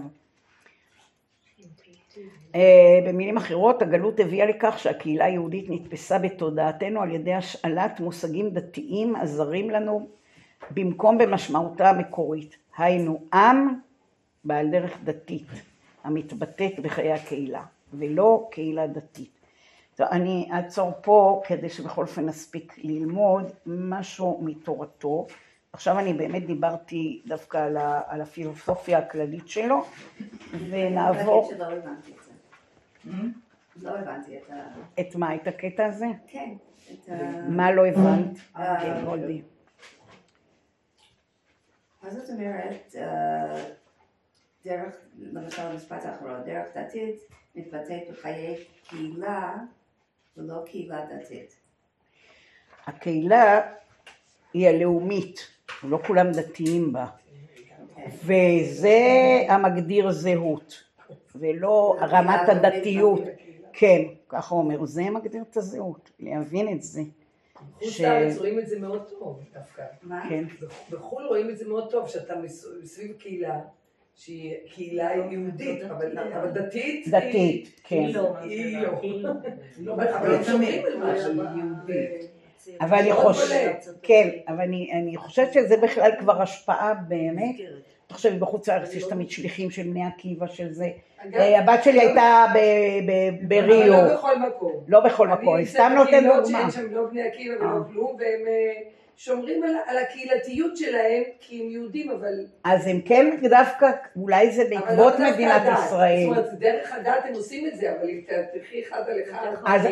במילים אחרות, הגלות הביאה לכך שהקהילה היהודית נתפסה בתודעתנו על ידי השאלת מושגים דתיים הזרים לנו, במקום במשמעותה המקורית. היינו עם בעל דרך דתית, המתבטאת בחיי הקהילה, ולא קהילה דתית. טוב, אני אעצור פה כדי שבכל אופן נספיק ללמוד משהו מתורתו. עכשיו אני באמת דיברתי דווקא על, ה, על הפילוסופיה הכללית שלו, ונעבור... שלא הבנתי את זה. לא הבנתי את ה... את מה? את הקטע הזה? כן. את ה... מה לא הבנת? כן, גולדי. מה זאת אומרת, דרך, למשל המשפט האחרון, דרך דתית מתבטאת בחיי קהילה ולא קהילה דתית. הקהילה היא הלאומית, לא כולם דתיים בה, וזה המגדיר זהות, ולא רמת הדתיות. כן, ככה אומר, זה מגדיר את הזהות, להבין את זה. בחוץ לארץ רואים את זה מאוד טוב דווקא. מה? כן. בחו"ל רואים את זה מאוד טוב, שאתה סביב קהילה, שהיא קהילה יהודית, אבל דתית, דתית, כן. היא לא. אבל תמיד. אבל אני חושבת, כן, אבל אני חושבת שזה בכלל כבר השפעה באמת. אתה חושב, בחוץ לארץ יש תמיד שליחים של בני עקיבא של זה. הבת שלי הייתה בריו. לא בכל מקום. לא בכל מקום, אני סתם נותן דוגמה. אני שאין שם לא בני עקיבא ולא כלום, והם שומרים על הקהילתיות שלהם, כי הם יהודים, אבל... אז הם כן דווקא, אולי זה בעקבות מדינת ישראל. זאת אומרת, דרך הדת הם עושים את זה, אבל אם תלכי אחד על אחד...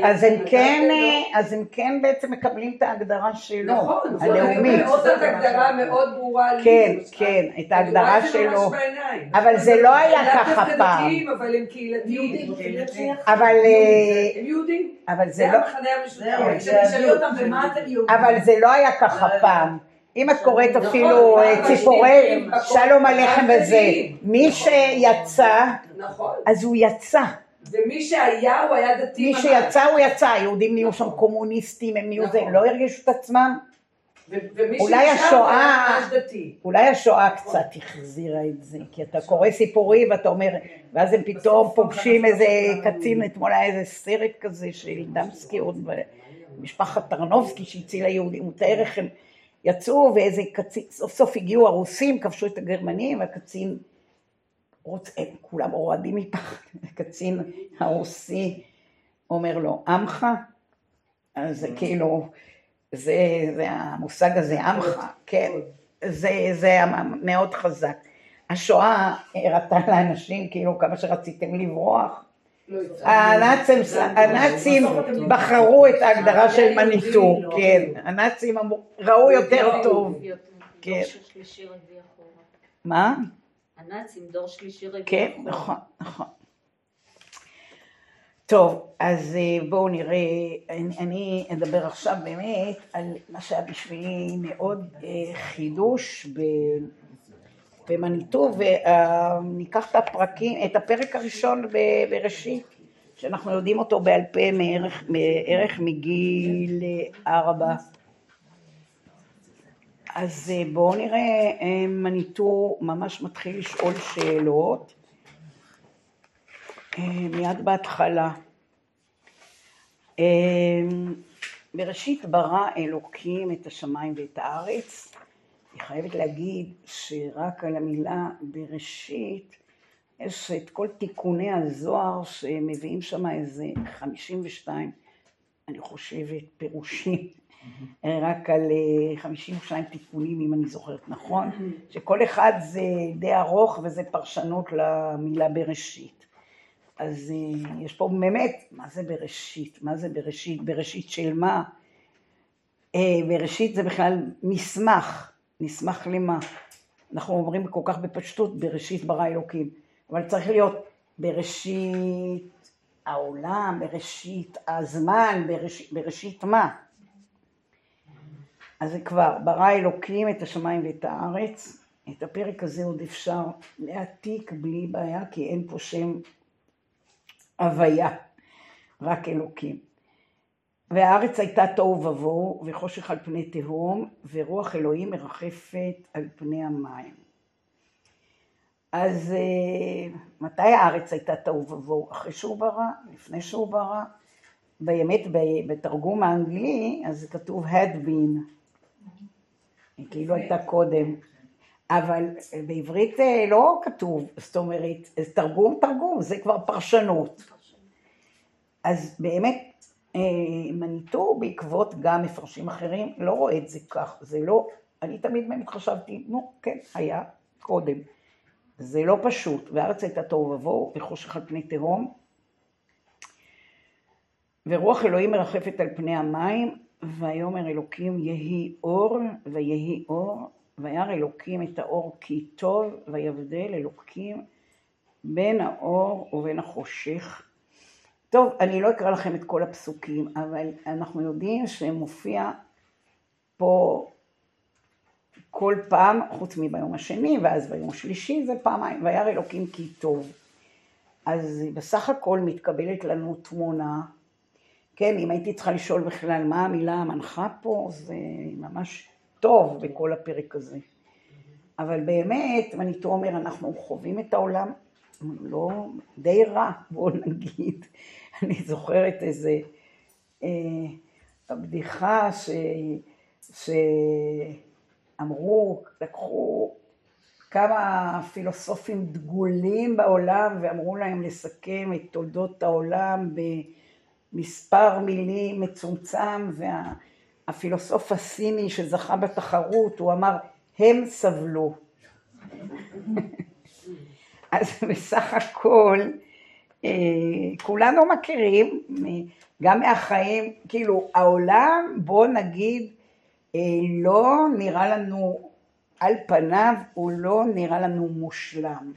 אז הם כן בעצם מקבלים את ההגדרה שלו, נכון, הלאומית. זאת הגדרה מאוד ברורה. כן, כן, את ההגדרה שלו. אבל זה לא היה ככה פעם. אבל הם קהילתיים. אבל... הם יהודים. אבל זה זה לא... המחנה המשותף. אבל זה לא היה ככה פעם. אם את קוראת אפילו ציפורי שלום עליכם וזה, מי שיצא, אז הוא יצא. ומי שהיה, הוא היה דתי. מי שיצא, הוא יצא. היהודים נהיו שם קומוניסטים, הם נהיו זה, לא הרגישו את עצמם. אולי השואה, אולי השואה קצת החזירה את זה, כי אתה קורא סיפורי ואתה אומר, ואז הם פתאום פוגשים איזה קצין, אתמול היה איזה סרט כזה של דמסקי, עוד משפחת טרנובסקי שהצילה יהודים, הוא תאר איך הם יצאו, ואיזה קצין, סוף סוף הגיעו הרוסים, כבשו את הגרמנים, והקצין, הם כולם הורדים מפחד, הקצין הרוסי אומר לו, עמך? אז כאילו, זה, זה המושג הזה, עמך, כן, זה, זה מאוד חזק. השואה הראתה לאנשים, כאילו כמה שרציתם לברוח, הנאצים בחרו את ההגדרה של מניטו, כן, הנאצים ראו יותר טוב. דור שלישי רביעי אחורה. מה? הנאצים דור שלישי רביעי כן, אחורה. נכון, נכון. טוב, אז בואו נראה, אני אדבר עכשיו באמת על מה שהיה בשבילי מאוד חידוש במניטו, וניקח את הפרקים, את הפרק הראשון בראשית, שאנחנו יודעים אותו בעל פה מערך מגיל ארבע. אז בואו נראה, מניטו ממש מתחיל לשאול שאלות, מיד בהתחלה. בראשית ברא אלוקים את השמיים ואת הארץ. אני חייבת להגיד שרק על המילה בראשית, יש את כל תיקוני הזוהר שמביאים שם איזה חמישים ושתיים, אני חושבת, פירושים, רק על חמישים ושתיים תיקונים, אם אני זוכרת נכון, שכל אחד זה די ארוך וזה פרשנות למילה בראשית. אז יש פה באמת, מה זה בראשית? מה זה בראשית? בראשית של מה? בראשית זה בכלל מסמך, מסמך למה? אנחנו אומרים כל כך בפשטות, בראשית ברא אלוקים, אבל צריך להיות בראשית העולם, בראשית הזמן, בראשית, בראשית מה? אז זה כבר, ברא אלוקים את השמיים ואת הארץ. את הפרק הזה עוד אפשר להעתיק בלי בעיה, כי אין פה שם הוויה, רק אלוקים. והארץ הייתה תוהו ובוהו וחושך על פני תהום, ורוח אלוהים מרחפת על פני המים. אז מתי הארץ הייתה תוהו ובוהו? אחרי שהוא ברא? לפני שהוא ברא? באמת בתרגום האנגלי, אז כתוב had been, כאילו הייתה קודם. אבל בעברית לא כתוב, זאת אומרת, תרגום תרגום, זה כבר פרשנות. אז באמת, מניטו בעקבות גם מפרשים אחרים, לא רואה את זה כך, זה לא, אני תמיד באמת חשבתי, נו, כן, היה קודם. זה לא פשוט, והארץ הייתה תוהו ובוהו וחושך על פני תהום, ורוח אלוהים מרחפת על פני המים, ויאמר אלוקים יהי אור, ויהי אור, וירא אלוקים את האור כי טוב, ויבדל אלוקים בין האור ובין החושך. טוב, אני לא אקרא לכם את כל הפסוקים, אבל אנחנו יודעים שמופיע פה כל פעם, חוץ מביום השני, ואז ביום השלישי זה פעמיים, וירא אלוקים כי טוב. אז בסך הכל מתקבלת לנו תמונה, כן, אם הייתי צריכה לשאול בכלל מה המילה המנחה פה, זה ממש טוב בכל הפרק הזה. אבל באמת, מניטו אומר, אנחנו חווים את העולם, לא די רע, בואו נגיד. אני זוכרת איזה אה, הבדיחה ש, שאמרו, לקחו כמה פילוסופים דגולים בעולם, ואמרו להם לסכם את תולדות העולם במספר מילים מצומצם, והפילוסוף הסיני שזכה בתחרות, הוא אמר, הם סבלו. אז בסך הכל, כולנו מכירים, גם מהחיים, כאילו העולם, בוא נגיד, לא נראה לנו, על פניו הוא לא נראה לנו מושלם.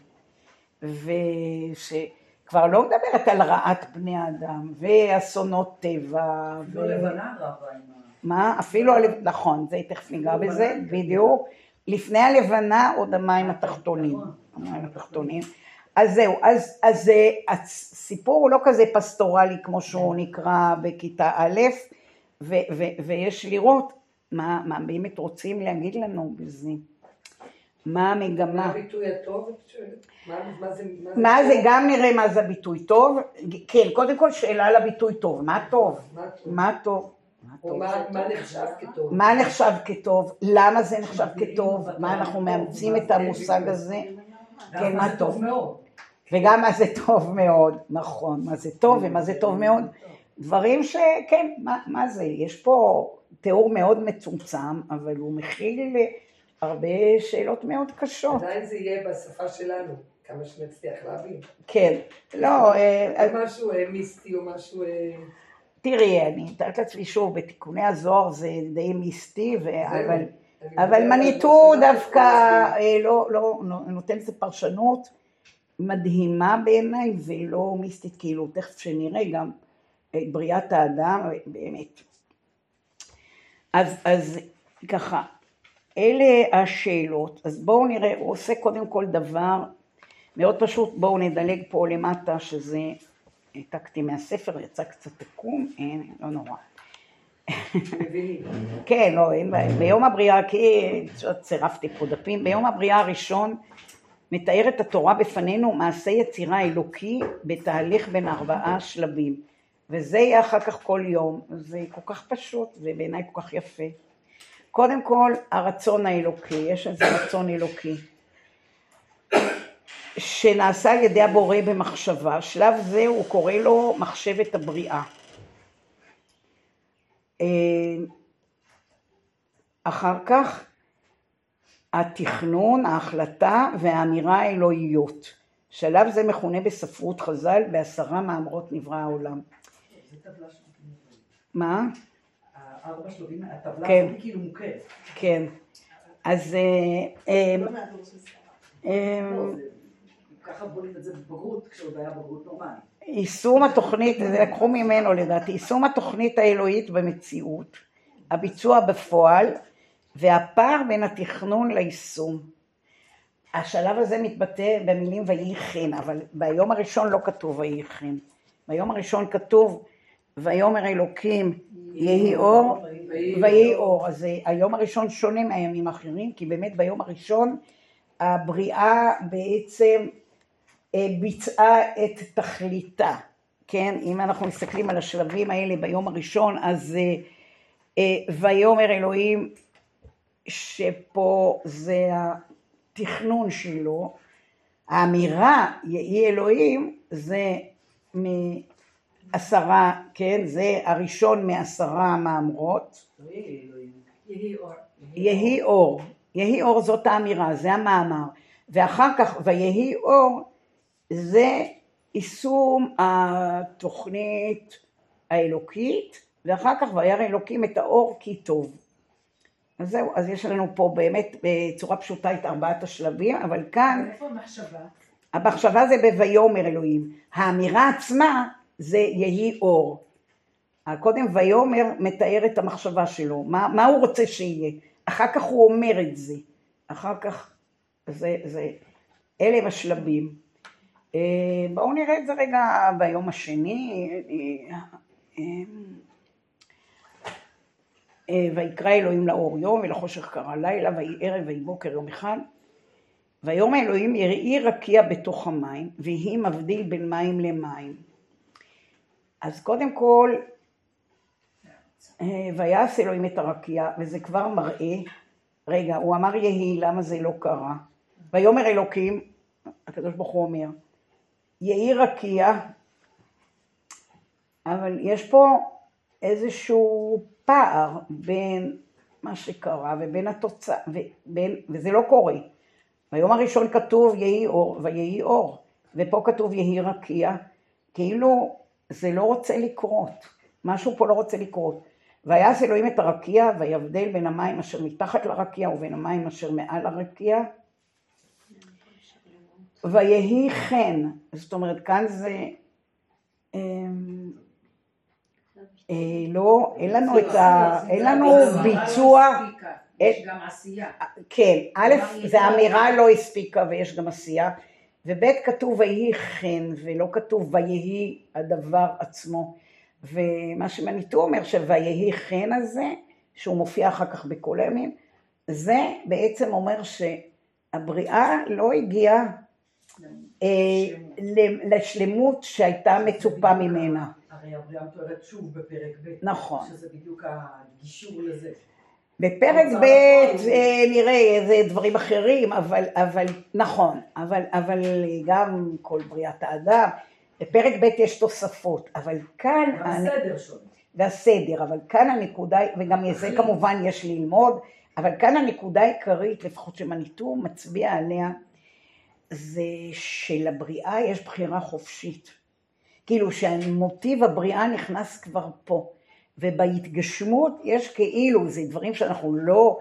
ושכבר לא מדברת על רעת בני האדם, ואסונות טבע. אפילו לבנה רבה עם ה... מה? אפילו, נכון, זה תכף ניגע בזה, בדיוק. לפני הלבנה עוד המים התחתונים. המים התחתונים. אז זהו, אז, אז הסיפור הוא לא כזה פסטורלי כמו שהוא נקרא בכיתה א', ו, ו, ויש לראות מה, מה באמת רוצים להגיד לנו בזה. מה המגמה? מה הביטוי הטוב? מה, מה זה, מה זה, מה זה גם נראה מה זה ביטוי טוב. כן, קודם כל שאלה על הביטוי טוב. מה טוב? מה טוב? מה טוב? או מה, מה נחשב כטוב? מה נחשב כטוב? למה זה נחשב כטוב? מה אנחנו מאמצים את המושג הזה? כן, מה טוב? וגם מה זה טוב מאוד, נכון, מה זה טוב ומה זה טוב מאוד. דברים שכן, מה, מה זה? יש פה תיאור מאוד מצומצם, אבל הוא מכיל הרבה שאלות מאוד קשות. עדיין זה יהיה בשפה שלנו, כמה שנצליח להבין. כן, לא... משהו מיסטי או משהו... תראי, אני מתארת לעצמי שוב, בתיקוני הזוהר זה די מיסטי, אבל, אבל מניטו דווקא לא, לא, נותן איזו פרשנות מדהימה בעיניי ולא מיסטית, כאילו תכף שנראה גם את בריאת האדם, באמת. אז, אז ככה, אלה השאלות, אז בואו נראה, הוא עושה קודם כל דבר מאוד פשוט, בואו נדלג פה למטה שזה, העתקתי מהספר, יצא קצת עקום, אין, לא נורא. כן, לא, אין בעיה. ביום הבריאה, כי צירפתי פה דפים, ביום הבריאה הראשון מתארת התורה בפנינו מעשה יצירה אלוקי בתהליך בין ארבעה שלבים. וזה יהיה אחר כך כל יום, זה כל כך פשוט ובעיניי כל כך יפה. קודם כל, הרצון האלוקי, יש איזה רצון אלוקי. שנעשה על ידי הבורא במחשבה, שלב זה הוא קורא לו מחשבת הבריאה. אחר כך התכנון, ההחלטה והאמירה האלוהיות. שלב זה מכונה בספרות חז"ל בעשרה מאמרות נברא העולם. מה? הארבע שלבים, הטבלה כן. הזאת כאילו מוכרת. כן. אז... ככה בונים את זה בבגרות, כשעוד היה בגרות נורמלית. יישום התוכנית, זה לקחו ממנו לדעתי, יישום התוכנית האלוהית במציאות, הביצוע בפועל, והפער בין התכנון ליישום. השלב הזה מתבטא במילים ויהי כן, אבל ביום הראשון לא כתוב ויהי כן. ביום הראשון כתוב ויאמר אלוקים יהי אור ויהי אור. אז היום הראשון שונה מהימים האחרים, כי באמת ביום הראשון הבריאה בעצם ביצעה את תכליתה, כן? אם אנחנו מסתכלים על השלבים האלה ביום הראשון, אז ויאמר אלוהים, שפה זה התכנון שלו, האמירה יהי אלוהים זה מעשרה, כן? זה הראשון מעשרה מאמרות. יהי אור. יהי אור. יהי אור זאת האמירה, זה המאמר. ואחר כך ויהי אור זה יישום התוכנית האלוקית, ואחר כך וירא אלוקים את האור כי טוב. אז זהו, אז יש לנו פה באמת בצורה פשוטה את ארבעת השלבים, אבל כאן... איפה המחשבה? המחשבה זה בויאמר אלוהים. האמירה עצמה זה יהי אור. קודם ויאמר מתאר את המחשבה שלו, מה, מה הוא רוצה שיהיה. אחר כך הוא אומר את זה. אחר כך זה, זה, אלה הם השלבים. בואו נראה את זה רגע ביום השני. ויקרא אלוהים לאור יום ולחושך קרא לילה ויהי ערב ויהי בוקר יום אחד. ויאמר אלוהים יראי רקיע בתוך המים ויהי מבדיל בין מים למים. אז קודם כל ויעש אלוהים את הרקיע, וזה כבר מראה, רגע, הוא אמר יהי, למה זה לא קרה? ויאמר אלוקים, הקדוש ברוך הוא אומר, יהי רקיע, אבל יש פה איזשהו פער בין מה שקרה ובין התוצאה, ובין, וזה לא קורה. ביום הראשון כתוב יהי אור ויהי אור, ופה כתוב יהי רקיע, כאילו זה לא רוצה לקרות, משהו פה לא רוצה לקרות. ויעש אלוהים את הרקיע ויבדל בין המים אשר מתחת לרקיע ובין המים אשר מעל הרקיע. ויהי כן, זאת אומרת כאן זה, אה, אה, לא, אין לנו את ה, אין לנו ביצוע. יש גם עשייה. כן, א', זה האמירה לא הספיקה ויש גם עשייה, וב' כתוב ויהי כן ולא כתוב ויהי הדבר עצמו. ומה שמניטו אומר שויהי כן הזה, שהוא מופיע אחר כך בכל הימים, זה בעצם אומר שהבריאה לא הגיעה אה, לשלמות שהייתה מצופה ממנה. הרי הבריאה מתוארת שוב בפרק ב', נכון. שזה בדיוק הגישור לזה. בפרק ב' נראה איזה דברים אחרים, אבל, אבל נכון, אבל, אבל גם כל בריאת האדם, בפרק ב' יש תוספות, אבל כאן... והסדר שונה. והסדר, אבל כאן הנקודה, וגם זה כמובן יש ללמוד, אבל כאן הנקודה העיקרית, לפחות שמניטו מצביע עליה, זה שלבריאה יש בחירה חופשית. כאילו שהמוטיב הבריאה נכנס כבר פה, ובהתגשמות יש כאילו, זה דברים שאנחנו לא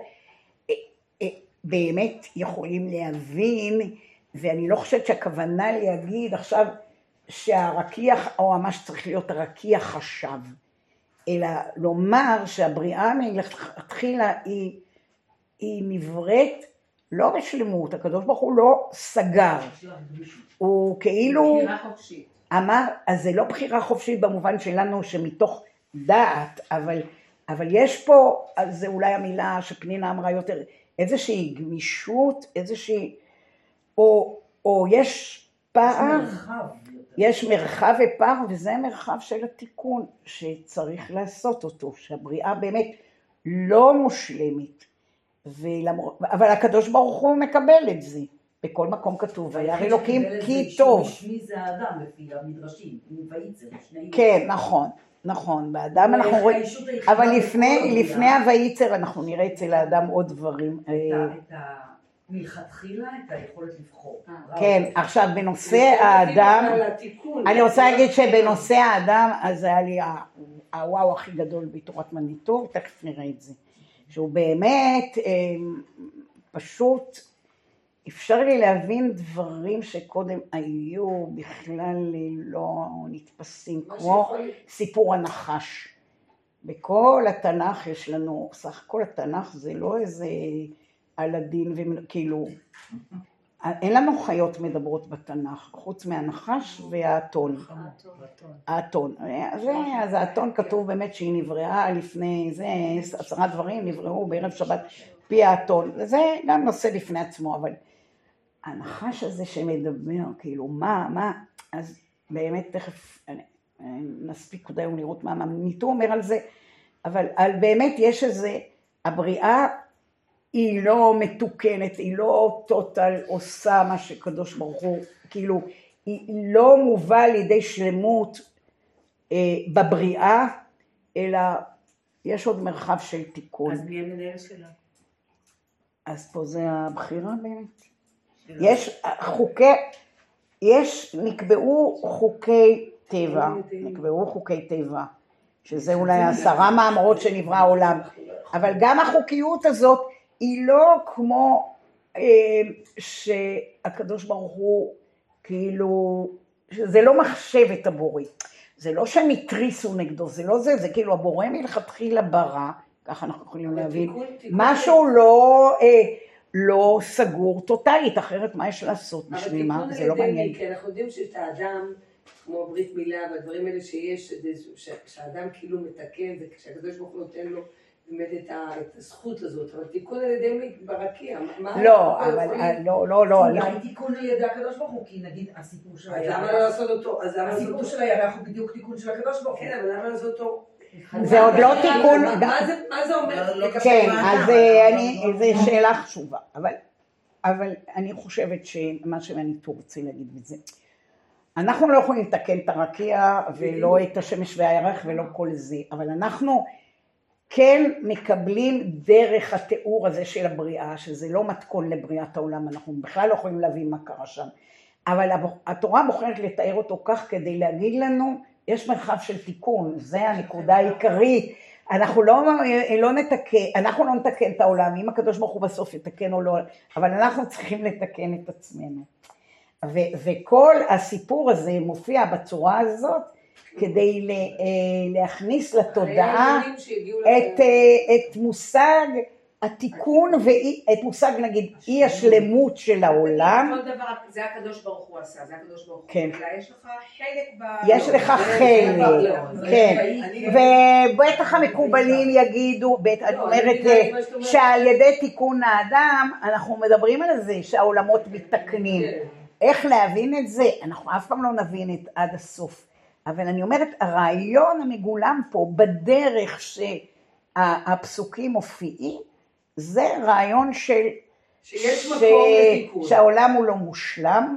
באמת יכולים להבין, ואני לא חושבת שהכוונה להגיד עכשיו, שהרקיע, או מה שצריך להיות הרקיע חשב, אלא לומר שהבריאה מלכתחילה היא, היא נבראת לא בשלמות, הקדוש ברוך הוא לא סגר, הוא כאילו אמר, אז זה לא בחירה חופשית במובן שלנו שמתוך דעת, אבל, אבל יש פה, אז זה אולי המילה שפנינה אמרה יותר, איזושהי גמישות, איזושהי, או, או יש פער, יש מרחב ופער, וזה המרחב של התיקון שצריך לעשות אותו, שהבריאה באמת לא מושלמת, ולמור... אבל הקדוש ברוך הוא מקבל את זה, בכל מקום כתוב, וירא אלוקים כי טוב. שמי זה האדם לפי המדרשים, וייצר, שני... כן, נכון, נכון, באדם אנחנו רואים, אבל לפני, לפני הוייצר אנחנו נראה אצל האדם עוד דברים. את מלכתחילה את היכולת לבחור. כן, עכשיו בנושא האדם, אני רוצה להגיד שבנושא האדם, אז היה לי הוואו הכי גדול בתורת מניטו, תכף נראה את זה, שהוא באמת פשוט אפשר לי להבין דברים שקודם היו בכלל לא נתפסים, כמו סיפור הנחש. בכל התנ"ך יש לנו, סך כל התנ"ך זה לא איזה על הדין, וכאילו, אין לנו חיות מדברות בתנ"ך, חוץ מהנחש והאתון. האתון. אז, אז האתון כתוב באמת שהיא נבראה לפני, זה עשרה דברים נבראו בערב שבת פי האתון. זה גם נושא לפני עצמו, אבל הנחש הזה שמדבר, כאילו, מה, מה, אז באמת תכף נספיק עוד היום לראות מה ניתו אומר על זה, אבל על באמת יש איזה, הבריאה היא לא מתוקנת, היא לא טוטל עושה מה שקדוש ברוך הוא, כאילו, היא לא מובא לידי שלמות אה, בבריאה, אלא יש עוד מרחב של תיקון. אז מי המנהל שלה? אז פה זה הבחירה באמת. יש חוקי, יש, נקבעו חוקי טבע, נקבעו חוקי טבע, שזה אולי עשרה מאמרות שנברא העולם, אבל גם החוקיות הזאת היא לא כמו אה, שהקדוש ברוך הוא, כאילו, זה לא מחשבת הבורא, זה לא שהם התריסו נגדו, זה לא זה, זה כאילו הבורא מלכתחילה ברא, ככה אנחנו יכולים להבין, משהו לא... אה, לא סגור טוטלית, אחרת מה יש לעשות בשביל מה? זה לא מעניין. כי אנחנו יודעים שאת האדם, כמו ברית מילה והדברים האלה שיש, שהאדם כאילו מתקן, זה כשהקדוש ברוך הוא נותן לו באמת את הזכות הזאת, אבל תיקון על ידי ברקיע. לא, אבל לא, לא, לא. אולי תיקון על ידי הקדוש ברוך הוא, כי נגיד הסיפור של הירח. אז למה לא לעשות אותו? הסיפור של הירח הוא בדיוק תיקון של הקדוש ברוך הוא. כן, אבל למה לעשות אותו? זה עוד לא תיקון. מה זה אומר? כן, אז זו שאלה חשובה, אבל אני חושבת שמה שאני רוצה להגיד בזה, אנחנו לא יכולים לתקן את הרקיע ולא את השמש והירח ולא כל זה, אבל אנחנו כן מקבלים דרך התיאור הזה של הבריאה, שזה לא מתכון לבריאת העולם, אנחנו בכלל לא יכולים להבין מה קרה שם, אבל התורה בוחרת לתאר אותו כך כדי להגיד לנו, יש מרחב של תיקון, זה הנקודה העיקרית, אנחנו לא, לא נתקן, אנחנו לא נתקן את העולם, אם הקדוש ברוך הוא בסוף יתקן או לא, אבל אנחנו צריכים לתקן את עצמנו. ו, וכל הסיפור הזה מופיע בצורה הזאת, כדי לה, להכניס לתודעה את, את מושג התיקון, ואת מושג נגיד אי השלמות של העולם. כל דבר, זה הקדוש ברוך הוא עשה, זה הקדוש ברוך הוא. כן. יש לך חלק ב... יש לך חלק, כן. ובטח המקובלים יגידו, אני אומרת שעל ידי תיקון האדם, אנחנו מדברים על זה שהעולמות מתקנים. איך להבין את זה? אנחנו אף פעם לא נבין את עד הסוף. אבל אני אומרת, הרעיון המגולם פה, בדרך שהפסוקים מופיעים, זה רעיון של... שיש מקום לתיקון. שהעולם הוא לא מושלם,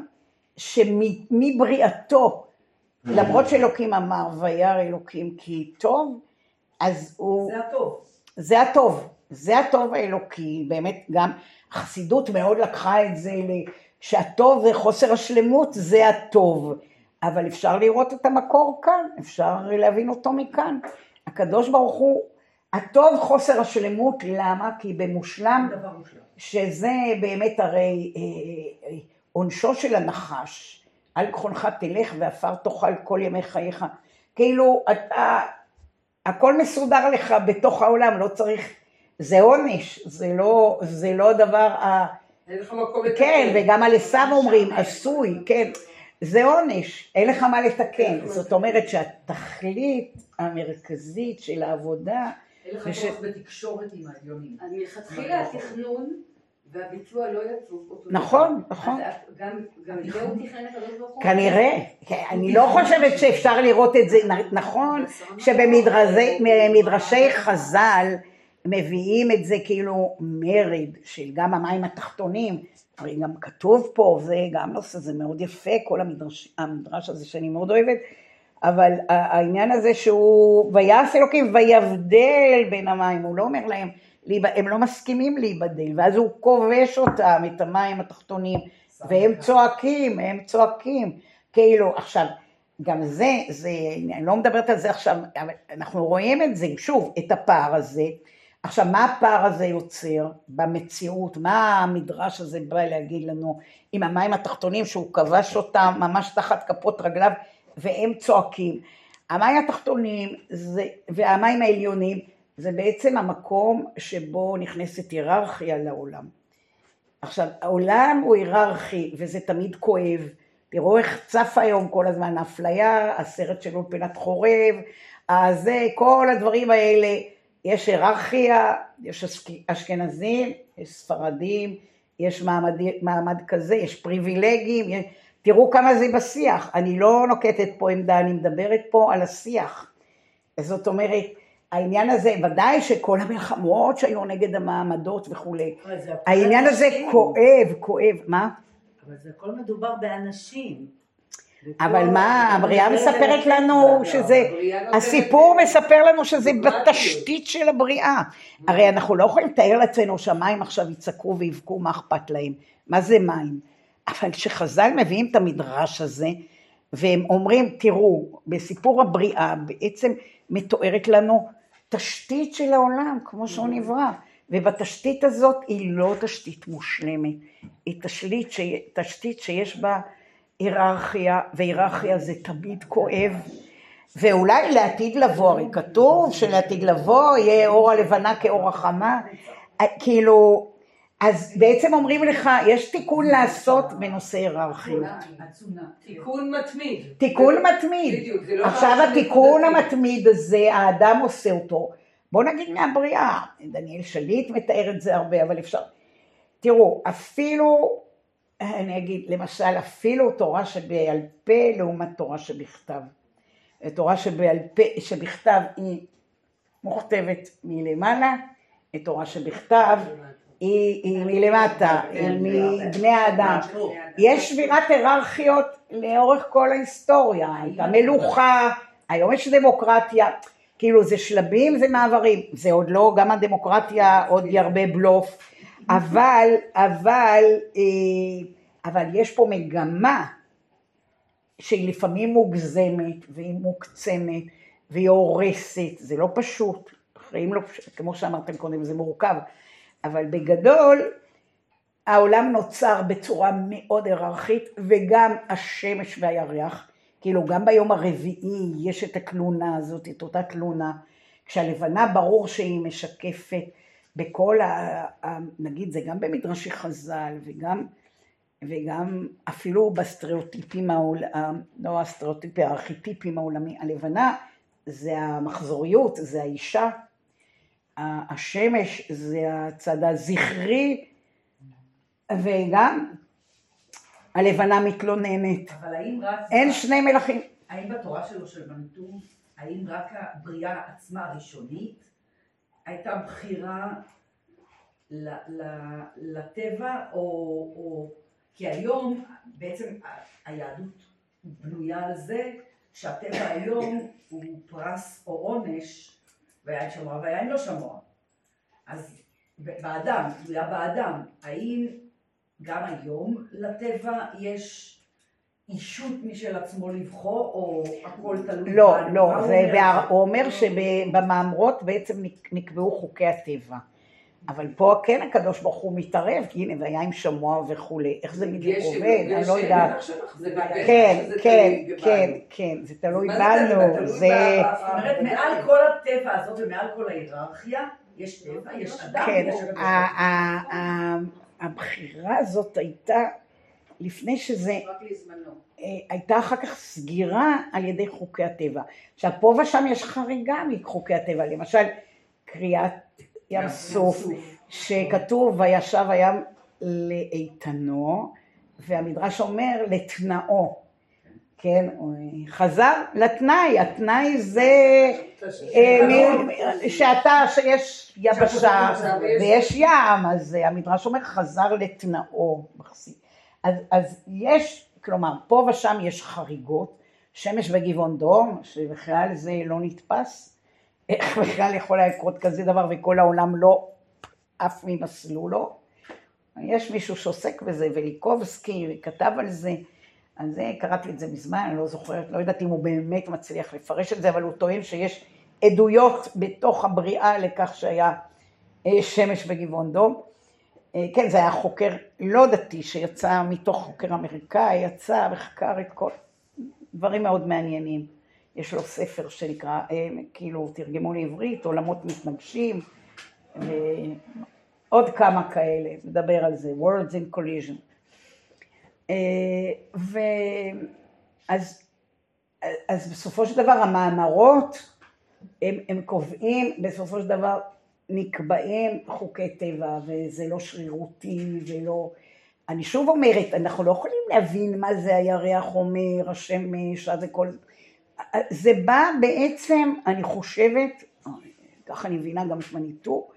שמבריאתו, למרות שאלוקים אמר, וירא אלוקים כי טוב, אז הוא... זה הטוב. זה הטוב. זה הטוב האלוקי, באמת גם החסידות מאוד לקחה את זה, שהטוב וחוסר השלמות זה הטוב. אבל אפשר לראות את המקור כאן, אפשר להבין אותו מכאן. הקדוש ברוך הוא, הטוב חוסר השלמות, למה? כי במושלם, שזה באמת הרי אה, אה, עונשו של הנחש, על כחונך תלך ועפר תאכל כל ימי חייך, כאילו אתה, הכל מסודר לך בתוך העולם, לא צריך, זה עונש, זה לא, זה לא דבר, אין לך מקום לתקן. כן, וגם על עשיו אומרים, עשוי, כן, זה עונש, אין לך מה לתקן, זאת אומרת שהתכלית המרכזית של העבודה, אין לך כוח בתקשורת עם העליונים. אז מלכתחילה התכנון והביצוע לא יצאו אותו. נכון, נכון. גם זה הוא תכנן הקדוש ברוך הוא? כנראה, אני לא חושבת שאפשר לראות את זה, נכון שבמדרשי חז"ל מביאים את זה כאילו מרד של גם המים התחתונים, הרי גם כתוב פה, זה גם נושא, זה מאוד יפה, כל המדרש, המדרש הזה שאני מאוד אוהבת, אבל העניין הזה שהוא, ויעש אלוקים ויבדל בין המים, הוא לא אומר להם, הם לא מסכימים להיבדל, ואז הוא כובש אותם, את המים התחתונים, והם צועקים, הם צועקים, כאילו, עכשיו, גם זה, זה, אני לא מדברת על זה עכשיו, אבל אנחנו רואים את זה, שוב, את הפער הזה, עכשיו, מה הפער הזה יוצר במציאות? מה המדרש הזה בא להגיד לנו עם המים התחתונים שהוא כבש אותם ממש תחת כפות רגליו והם צועקים? המים התחתונים זה, והמים העליונים זה בעצם המקום שבו נכנסת היררכיה לעולם. עכשיו, העולם הוא היררכי, וזה תמיד כואב. תראו איך צף היום כל הזמן, האפליה, הסרט של אולפנת חורב, הזה, כל הדברים האלה, יש היררכיה, יש אשכנזים, יש ספרדים, יש מעמד, מעמד כזה, יש פריבילגים, יש, תראו כמה זה בשיח, אני לא נוקטת פה עמדה, אני מדברת פה על השיח. זאת אומרת, העניין הזה, ודאי שכל המלחמות שהיו נגד המעמדות וכו', העניין הזה כואב, כואב, מה? אבל זה הכל מדובר באנשים. אבל מה, הבריאה מספרת לנו שזה, הסיפור מספר לנו שזה בתשתית של הבריאה. הרי אנחנו לא יכולים לתאר לעצמנו שהמים עכשיו יצעקו ויבכו מה אכפת להם. מה זה מים? אבל כשחז"ל מביאים את המדרש הזה, והם אומרים, תראו, בסיפור הבריאה בעצם מתוארת לנו תשתית של העולם, כמו שהוא נברא. ובתשתית הזאת היא לא תשתית מושלמת, היא תשתית, ש... תשתית שיש בה היררכיה, והיררכיה זה תמיד כואב, ואולי לעתיד לבוא, הרי כתוב שלעתיד לבוא יהיה אור הלבנה כאור החמה, כאילו, אז בעצם אומרים לך, יש תיקון לעשות בנושא היררכיה. תיקון מתמיד. תיקון מתמיד. עכשיו התיקון המתמיד הזה, האדם עושה אותו, בוא נגיד מהבריאה, דניאל שליט מתאר את זה הרבה, אבל אפשר, תראו, אפילו, אני אגיד, למשל, אפילו תורה שבעל פה לעומת תורה שבכתב. תורה שבעל פה, שבכתב היא מוכתבת מלמעלה, תורה שבכתב היא, היא מלמטה, היא מבני האדם. יש שבירת היררכיות לאורך כל ההיסטוריה, הייתה מלוכה, היום יש דמוקרטיה, כאילו זה שלבים, זה מעברים, זה עוד לא, גם הדמוקרטיה עוד ירבה בלוף, אבל, אבל, אבל יש פה מגמה שהיא לפעמים מוגזמת והיא מוקצמת והיא הורסת, זה לא פשוט, חיים לא פשוט, כמו שאמרתם קודם, זה מורכב, אבל בגדול העולם נוצר בצורה מאוד היררכית, וגם השמש והירח, כאילו גם ביום הרביעי יש את התלונה הזאת, את אותה תלונה, כשהלבנה ברור שהיא משקפת בכל, ה, ה, נגיד זה גם במדרשי חז"ל, וגם, וגם אפילו בסטריאוטיפים, העול, לא הסטריאוטיפים, הארכיטיפים העולמי, הלבנה זה המחזוריות, זה האישה, השמש זה הצד הזכרי, וגם הלבנה מתלוננת. אבל האם רק... אין שני מלכים. האם בתורה שלו של מנטור, האם רק הבריאה עצמה הראשונית, הייתה בחירה לטבע, או, או... כי היום בעצם היהדות בנויה על זה, שהטבע היום הוא פרס או עונש, והיין שמוע והיין לא שמוע. אז באדם, תלויה באדם, האם גם היום לטבע יש אישות משל עצמו לבחור, או הכל תלוי? לא, לא, הוא אומר שבמאמרות בעצם נקבעו חוקי הטבע. אבל פה כן הקדוש ברוך הוא מתערב, כי הנה, והיין שמוע וכולי, איך זה בדיוק עובד, אני לא יודעת. כן, כן, כן, כן, זה תלוי בנו. זאת אומרת, מעל כל הטבע הזאת ומעל כל ההיררכיה, יש טבע, יש אדם. כן, הבחירה הזאת הייתה, לפני שזה, הייתה אחר כך סגירה על ידי חוקי הטבע. עכשיו, פה ושם יש חריגה מחוקי הטבע, למשל, קריאת ים סוף, שכתוב וישב הים לאיתנו, והמדרש אומר לתנאו, כן, חזר לתנאי, התנאי זה שאתה, שיש יבשה ויש ים, אז המדרש אומר חזר לתנאו, אז, אז יש, כלומר, פה ושם יש חריגות, שמש וגבעון דום, שבכלל זה לא נתפס, איך בכלל יכול לקרות כזה דבר וכל העולם לא אף ממסלולו. יש מישהו שעוסק בזה, וליקובסקי כתב על זה, אז זה, קראתי את זה מזמן, אני לא זוכרת, לא יודעת אם הוא באמת מצליח לפרש את זה, אבל הוא טוען שיש עדויות בתוך הבריאה לכך שהיה שמש בגבעון דום. כן, זה היה חוקר לא דתי שיצא מתוך חוקר אמריקאי, יצא וחקר את כל דברים מאוד מעניינים. יש לו ספר שנקרא, כאילו תרגמו לעברית, עולמות מתנגשים, עוד כמה כאלה, נדבר על זה, words in collision. ואז אז בסופו של דבר המאמרות, הם, הם קובעים, בסופו של דבר נקבעים חוקי טבע, וזה לא שרירותי, ולא... אני שוב אומרת, אנחנו לא יכולים להבין מה זה הירח אומר, השמש, זה כל... זה בא בעצם, אני חושבת, ככה אני מבינה גם שמניתו,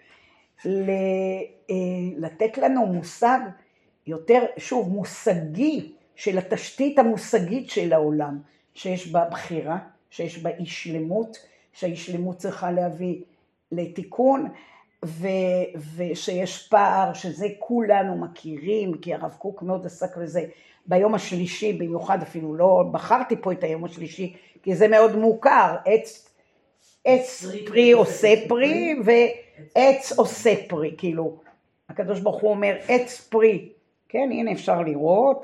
לתת לנו מושג יותר, שוב, מושגי, של התשתית המושגית של העולם, שיש בה בחירה, שיש בה אי שלמות, שהאי שלמות צריכה להביא לתיקון, ו, ושיש פער, שזה כולנו מכירים, כי הרב קוק מאוד עסק לזה, ביום השלישי, במיוחד אפילו לא בחרתי פה את היום השלישי, כי זה מאוד מוכר, עץ, עץ פרי עושה פרי, ועץ עושה פרי, כאילו, הקדוש ברוך הוא אומר, עץ פרי, כן, הנה אפשר לראות,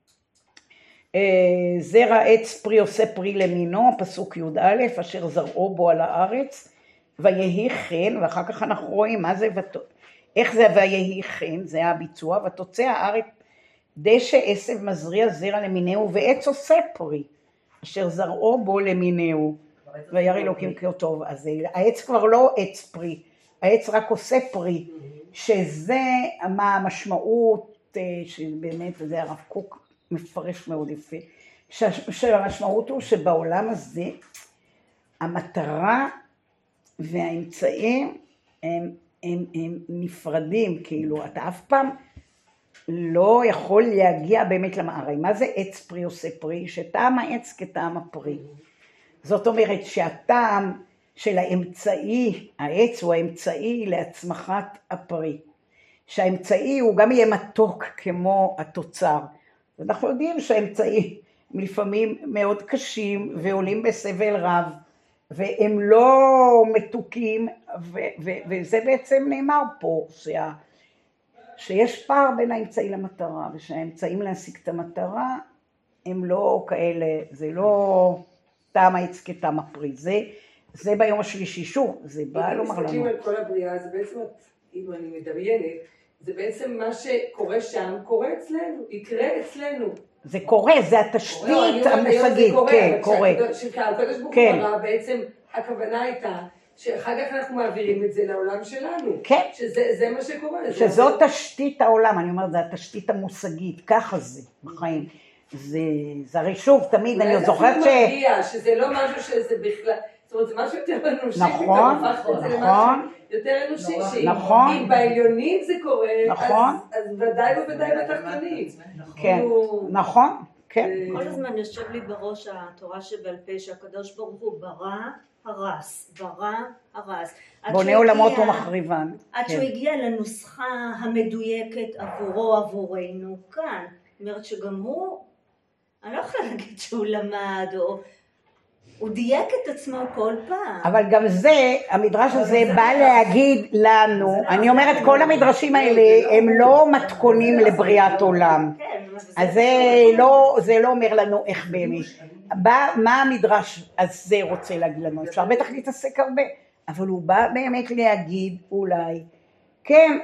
זרע עץ פרי עושה פרי למינו, פסוק י"א, אשר זרעו בו על הארץ, ויהי חן, ואחר כך אנחנו רואים מה זה, איך זה ויהי חן, זה הביצוע, ותוצא הארץ דשא עשב מזריע זרע למיניהו, ועץ עושה פרי, אשר זרעו בו למיניהו, וירא אלוקים כי הוא טוב. אז העץ כבר לא עץ פרי, העץ רק עושה פרי, שזה מה המשמעות, שבאמת, זה הרב קוק מפרש מאוד יפה, שהמשמעות הוא שבעולם הזה, המטרה והאמצעים הם, הם, הם נפרדים, כאילו, אתה אף פעם לא יכול להגיע באמת למערה. מה זה עץ פרי עושה פרי? שטעם העץ כטעם הפרי. זאת אומרת שהטעם של האמצעי, העץ הוא האמצעי להצמחת הפרי. שהאמצעי הוא גם יהיה מתוק כמו התוצר. אנחנו יודעים שהאמצעים לפעמים מאוד קשים ועולים בסבל רב, והם לא מתוקים, ו- ו- וזה בעצם נאמר פה, שה- שיש פער בין האמצעי למטרה, ושהאמצעים להשיג את המטרה, הם לא כאלה, זה לא טעם העץ כטעם הפרי, זה, זה ביום השלישי, שוב, זה בא לומר לנו. אם מסתכלים על כל הבריאה, זה בעצם, אם אני מדמיינת, זה בעצם מה שקורה שם, קורה אצלנו, יקרה אצלנו. זה קורה, זה התשתית המושגית, כן, קורה. כשהקדוש ברוך הוא ברא, בעצם הכוונה הייתה, שאחר כך אנחנו מעבירים את זה לעולם שלנו. כן. שזה מה שקורה. שזו תשתית העולם, אני אומרת, זה התשתית המושגית, ככה זה בחיים. זה, זה הרי שוב, תמיד, אני זוכרת ש... מגיע, שזה לא משהו שזה בכלל, זאת אומרת, זה משהו יותר אנושי, נכון, נכון. יותר אנושי, נכון. אם בעליונים זה קורה, נכון. אז ודאי וודאי בתחתונים. כן, נכון, כן. כל הזמן יושב לי בראש התורה שבעל פה, שהקדוש ברוך הוא ברא, הרס, ברא, הרס. בונה עולמות ומחריבן. עד שהוא הגיע לנוסחה המדויקת עבורו, עבורנו, כאן. זאת אומרת שגם הוא, אני לא יכולה להגיד שהוא למד, או הוא דייק את עצמו כל פעם. אבל גם זה, המדרש הזה בא להגיד לנו, אני אומרת, כל המדרשים האלה הם לא מתכונים לבריאת עולם. אז זה לא אומר לנו איך באמת. מה המדרש הזה רוצה להגיד לנו? אפשר בטח להתעסק הרבה, אבל הוא בא באמת להגיד אולי, כן,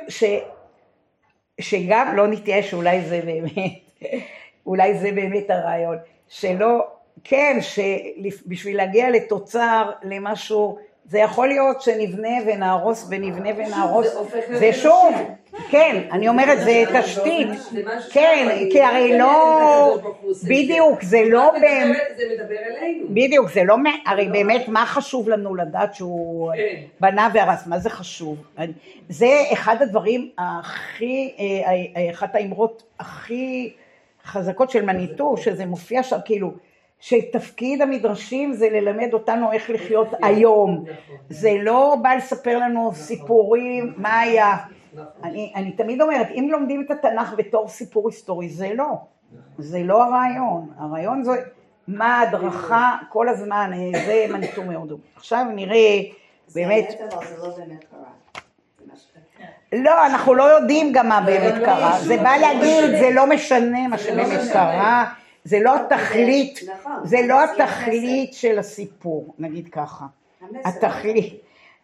שגם לא נתייאש, אולי זה באמת, אולי זה באמת הרעיון, שלא, כן, שבשביל להגיע לתוצר, למשהו, זה יכול להיות שנבנה ונהרוס ונבנה ונהרוס, זה שוב, כן, אני אומרת, זה תשתית, כן, כי הרי לא, בדיוק, זה לא, זה מדבר אלינו. בדיוק, זה לא, הרי באמת מה חשוב לנו לדעת שהוא בנה והרס, מה זה חשוב? זה אחד הדברים הכי, אחת האמרות הכי חזקות של מניטו, שזה מופיע שם כאילו, שתפקיד המדרשים זה ללמד אותנו איך לחיות היום. זה לא בא לספר לנו סיפורים, מה היה. אני, אני תמיד אומרת, אם לומדים את התנ"ך בתור סיפור היסטורי, זה לא. זה לא הרעיון. הרעיון זה מה ההדרכה כל הזמן, זה מניטו מאוד. עכשיו נראה באמת... זה לא באמת קרה. לא, אנחנו לא יודעים גם מה באמת קרה. זה בא להגיד, זה לא משנה מה שבאמת קרה. זה לא התכלית, זה לא התכלית של הסיפור, נגיד ככה. התכלית,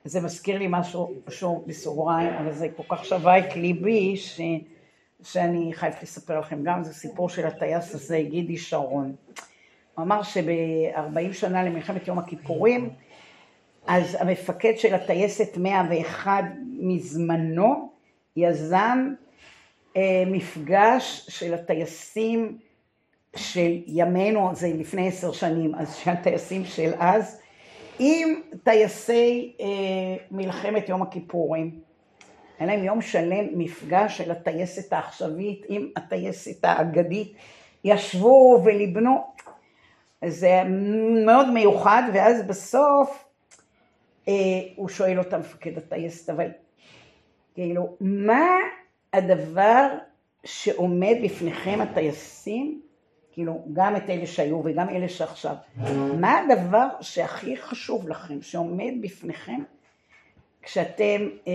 זה מזכיר לי משהו שהוא בסוגריים, אבל זה כל כך שווה את ליבי, ש... שאני חייבת לספר לכם גם, זה סיפור של הטייס הזה, גידי שרון. הוא אמר שב-ארבעים שנה למלחמת יום הכיפורים, אז המפקד של הטייסת מאה ואחת מזמנו, יזם אה, מפגש של הטייסים של ימינו, זה לפני עשר שנים, אז של הטייסים של אז, עם טייסי אה, מלחמת יום הכיפורים. היה להם יום שלם מפגש של הטייסת העכשווית עם הטייסת האגדית, ישבו וליבנו, זה מאוד מיוחד, ואז בסוף אה, הוא שואל אותה מפקד הטייסת, אבל כאילו, מה הדבר שעומד בפניכם הטייסים, כאילו גם את אלה שהיו וגם אלה שעכשיו, מה הדבר שהכי חשוב לכם, שעומד בפניכם, כשאתם אה,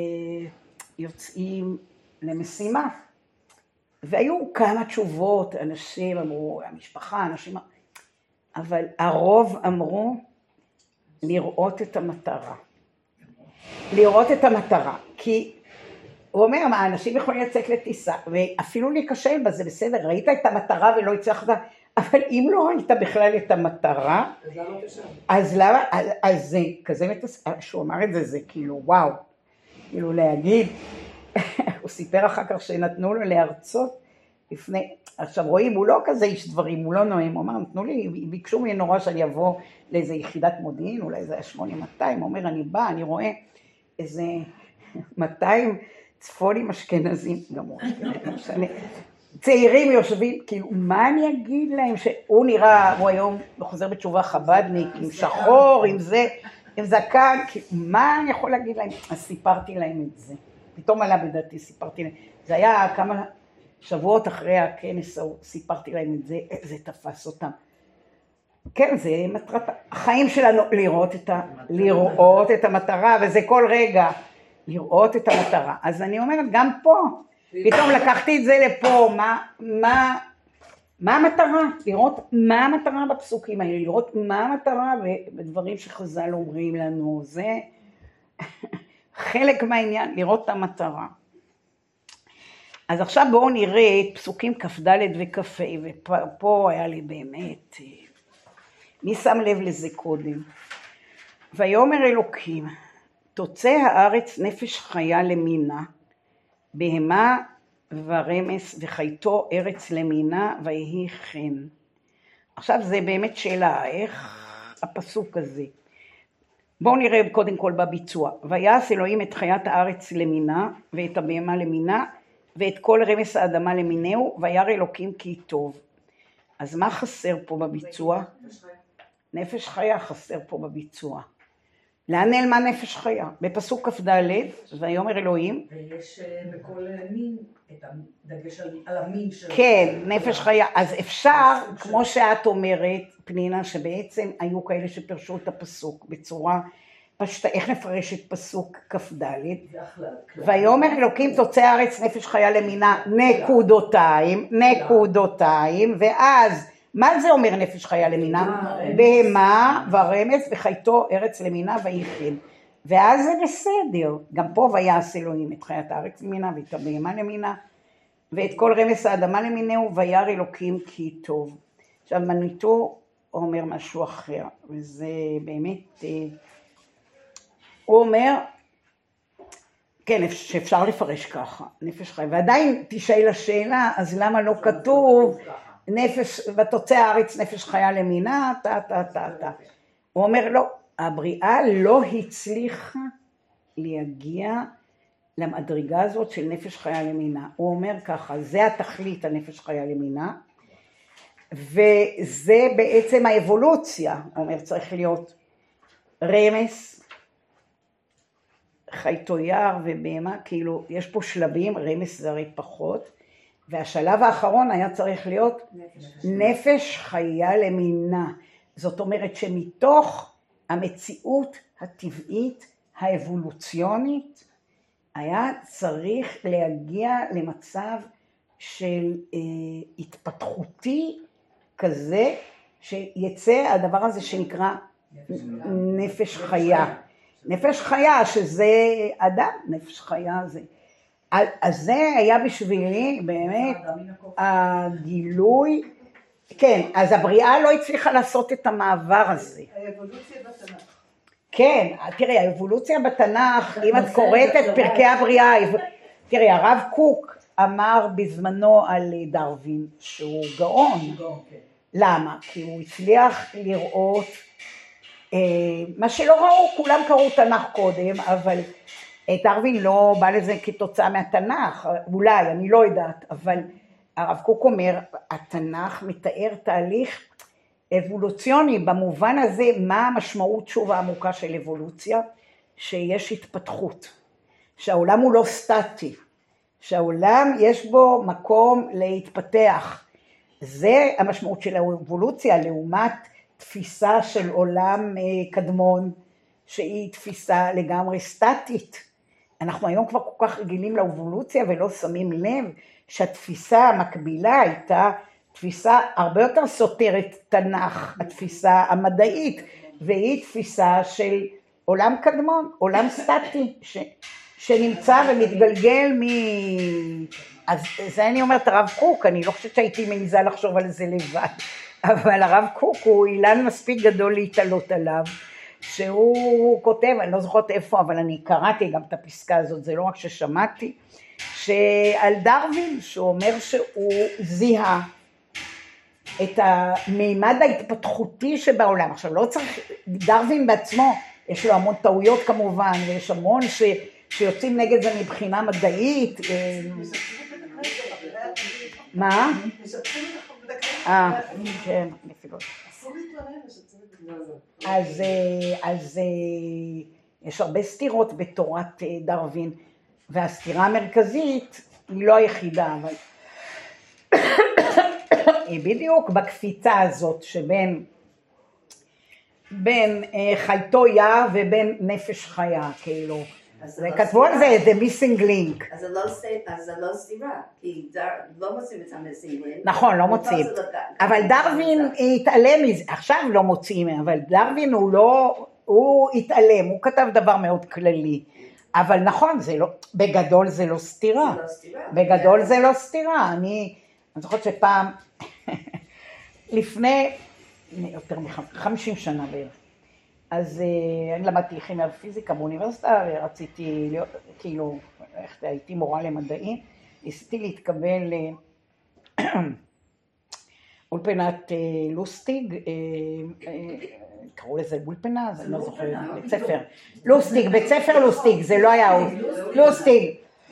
יוצאים למשימה? והיו כמה תשובות, אנשים אמרו, המשפחה, אנשים, אבל הרוב אמרו, לראות את המטרה. לראות את המטרה, כי הוא אומר, מה, אנשים יכולים לצאת לטיסה, ואפילו להיכשל בה, זה בסדר, ראית את המטרה ולא הצלחת, אבל אם לא ראית בכלל את המטרה, אז למה אתה שם? אז למה, אז, אז זה כזה מתסכל, שהוא אמר את זה, זה כאילו וואו, כאילו להגיד, הוא סיפר אחר כך שנתנו לו להרצות, לפני, עכשיו רואים, הוא לא כזה איש דברים, הוא לא נוהם, הוא אמר, נתנו לי, ביקשו ממני נורא שאני אבוא לאיזה יחידת מודיעין, אולי זה היה שמונה מאתיים, הוא אומר, אני בא, אני רואה איזה מאתיים צפונים אשכנזים, גם הוא אשכנזים, צעירים יושבים, כאילו, מה אני אגיד להם, שהוא נראה, הוא היום חוזר בתשובה חבדניק, עם שחור, עם זה, עם זקן, כאילו, מה אני יכול להגיד להם? אז סיפרתי להם את זה, פתאום עלה בדעתי, סיפרתי להם, זה היה כמה שבועות אחרי הכנס, סיפרתי להם את זה, זה תפס אותם. כן, זה מטרת החיים שלנו, לראות את, ה, לראות את המטרה, וזה כל רגע, לראות את המטרה. אז אני אומרת, גם פה, פתאום לקחתי את זה לפה, מה, מה, מה המטרה? לראות מה המטרה בפסוקים האלה, לראות מה המטרה בדברים שחז"ל אומרים לנו, זה חלק מהעניין, לראות את המטרה. אז עכשיו בואו נראה את פסוקים כ"ד וכ"ה, ופה היה לי באמת, מי שם לב לזה קודם? ויאמר אלוקים, תוצא הארץ נפש חיה למינה, בהמה ורמס וחייתו ארץ למינה ויהי כן. עכשיו זה באמת שאלה, איך הפסוק הזה? בואו נראה קודם כל בביצוע. ויעש אלוהים את חיית הארץ למינה ואת הבהמה למינה ואת כל רמס האדמה למינהו, וירא אלוקים כי טוב. אז מה חסר פה בביצוע? נפש חיה חסר פה בביצוע. לאן נעלמה נפש חיה? בפסוק כ"ד, ויאמר אלוהים. ויש בכל מין את הדגש על המין של... כן, נפש חיה. אז אפשר, כמו שאת אומרת, פנינה, שבעצם היו כאלה שפרשו את הפסוק בצורה פשטה, איך נפרש את פסוק כ"ד? ויאמר אלוקים תוצא הארץ נפש חיה למינה, נקודותיים, נקודותיים, ואז מה זה אומר נפש חיה למינה? בהמה ורמס וחייתו ארץ למינה ויהי כן. ואז זה בסדר, גם פה ויעש אלוהים את חיית הארץ למינה ואת הבהמה למינה ואת כל רמס האדמה למינהו, וירא אלוקים כי טוב. עכשיו מניטו אומר משהו אחר, וזה באמת, הוא אומר, כן, שאפשר לפרש ככה, נפש חיה, ועדיין תשאל השאלה, אז למה לא כתוב נפש, ותוצא הארץ נפש חיה למינה, ta, ta, ta, ta. הוא אומר, לא, הבריאה לא הצליחה להגיע למדרגה הזאת של נפש חיה למינה. הוא אומר ככה, זה התכלית הנפש חיה למינה, וזה בעצם האבולוציה. הוא אומר, צריך להיות רמס, חייתו יער ובהמה, כאילו יש פה שלבים, רמס זה הרי פחות, והשלב האחרון היה צריך להיות נפש, נפש חיה למינה. זאת אומרת שמתוך המציאות הטבעית האבולוציונית היה צריך להגיע למצב של אה, התפתחותי כזה שיצא הדבר הזה שנקרא נפש חיה. נפש חיה, שזה אדם, נפש חיה זה. אז זה היה בשבילי באמת הגילוי, כן, אז הבריאה לא הצליחה לעשות את המעבר הזה. האבולוציה בתנ"ך. כן, תראי, האבולוציה בתנ"ך, אם את קוראת את פרקי הבריאה, תראי, הרב קוק אמר בזמנו על דרווין שהוא גאון. למה? כי הוא הצליח לראות מה שלא ראו, כולם קראו תנ"ך קודם, אבל דרווין לא בא לזה כתוצאה מהתנ"ך, אולי, אני לא יודעת, אבל הרב קוק אומר, התנ"ך מתאר תהליך אבולוציוני, במובן הזה, מה המשמעות שוב העמוקה של אבולוציה? שיש התפתחות, שהעולם הוא לא סטטי, שהעולם יש בו מקום להתפתח, זה המשמעות של האבולוציה, לעומת תפיסה של עולם קדמון, שהיא תפיסה לגמרי סטטית. אנחנו היום כבר כל כך רגילים לאבולוציה ולא שמים לב שהתפיסה המקבילה הייתה תפיסה הרבה יותר סותרת תנ"ך, התפיסה המדעית, והיא תפיסה של עולם קדמון, עולם סטטי, ש, שנמצא ומתגלגל מ... אז זה אני אומרת הרב קוק, אני לא חושבת שהייתי מעיזה לחשוב על זה לבד, אבל הרב קוק הוא אילן מספיק גדול להתעלות עליו, שהוא כותב, אני לא זוכרת איפה, אבל אני קראתי גם את הפסקה הזאת, זה לא רק ששמעתי, שעל דרווין, שהוא אומר שהוא זיהה את המימד ההתפתחותי שבעולם. עכשיו, לא צריך, דרווין בעצמו, יש לו המון טעויות כמובן, ויש המון ש, שיוצאים נגד זה מבחינה מדעית. מה? אה, כן, נפילות. אז, אז יש הרבה סתירות בתורת דרווין, והסתירה המרכזית היא לא היחידה, אבל היא בדיוק בקפיצה הזאת שבין בין חייתו יער ובין נפש חיה, כאילו. וכתבו על זה, the missing link. אז זה לא סתירה, כי לא מוצאים את ה-missing link. נכון, לא מוצאים. אבל דרווין התעלם מזה, עכשיו לא מוצאים, אבל דרווין הוא לא, הוא התעלם, הוא כתב דבר מאוד כללי. אבל נכון, זה לא, בגדול זה לא סתירה. בגדול זה לא סתירה. אני, אני זוכרת שפעם, לפני יותר מ-חמישים שנה בערך, אז uh, אני למדתי כימיה ופיזיקה באוניברסיטה, ורציתי להיות, כאילו, הייתי מורה למדעים, ניסיתי להתקבל לאולפנת uh, לוסטיג, uh, uh, קראו לזה אולפנה, אז אני לא זוכרת, בית ספר, לוסטיג, בית ספר לוסטיג, זה לא היה לוסטיג.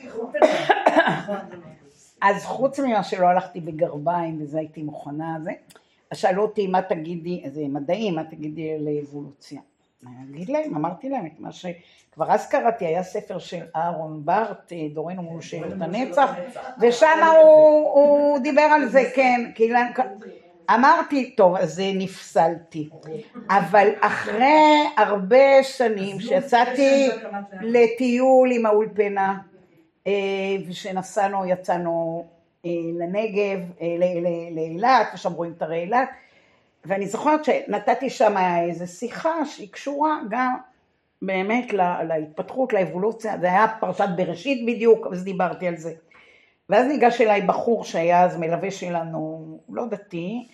אז חוץ ממה שלא הלכתי בגרביים, וזה הייתי מוכנה, זה, אז שאלו אותי מה תגידי, זה מדעים, מה תגידי על אבולוציה. אני אגיד להם, אמרתי להם את מה שכבר אז קראתי, היה ספר של אהרון ברט, דורנו מול שאלת הנצח, ושם הוא, הוא דיבר על זה, כן, כאילו, אמרתי, טוב, אז נפסלתי, אבל אחרי הרבה שנים שיצאתי לטיול עם האולפנה, ושנסענו, יצאנו לנגב, לאילת, ושם רואים את הרי אילת, ואני זוכרת שנתתי שם איזו שיחה שהיא קשורה גם באמת להתפתחות, לאבולוציה, זה היה פרשת בראשית בדיוק, אז דיברתי על זה. ואז ניגש אליי בחור שהיה אז מלווה שלנו, לא דתי,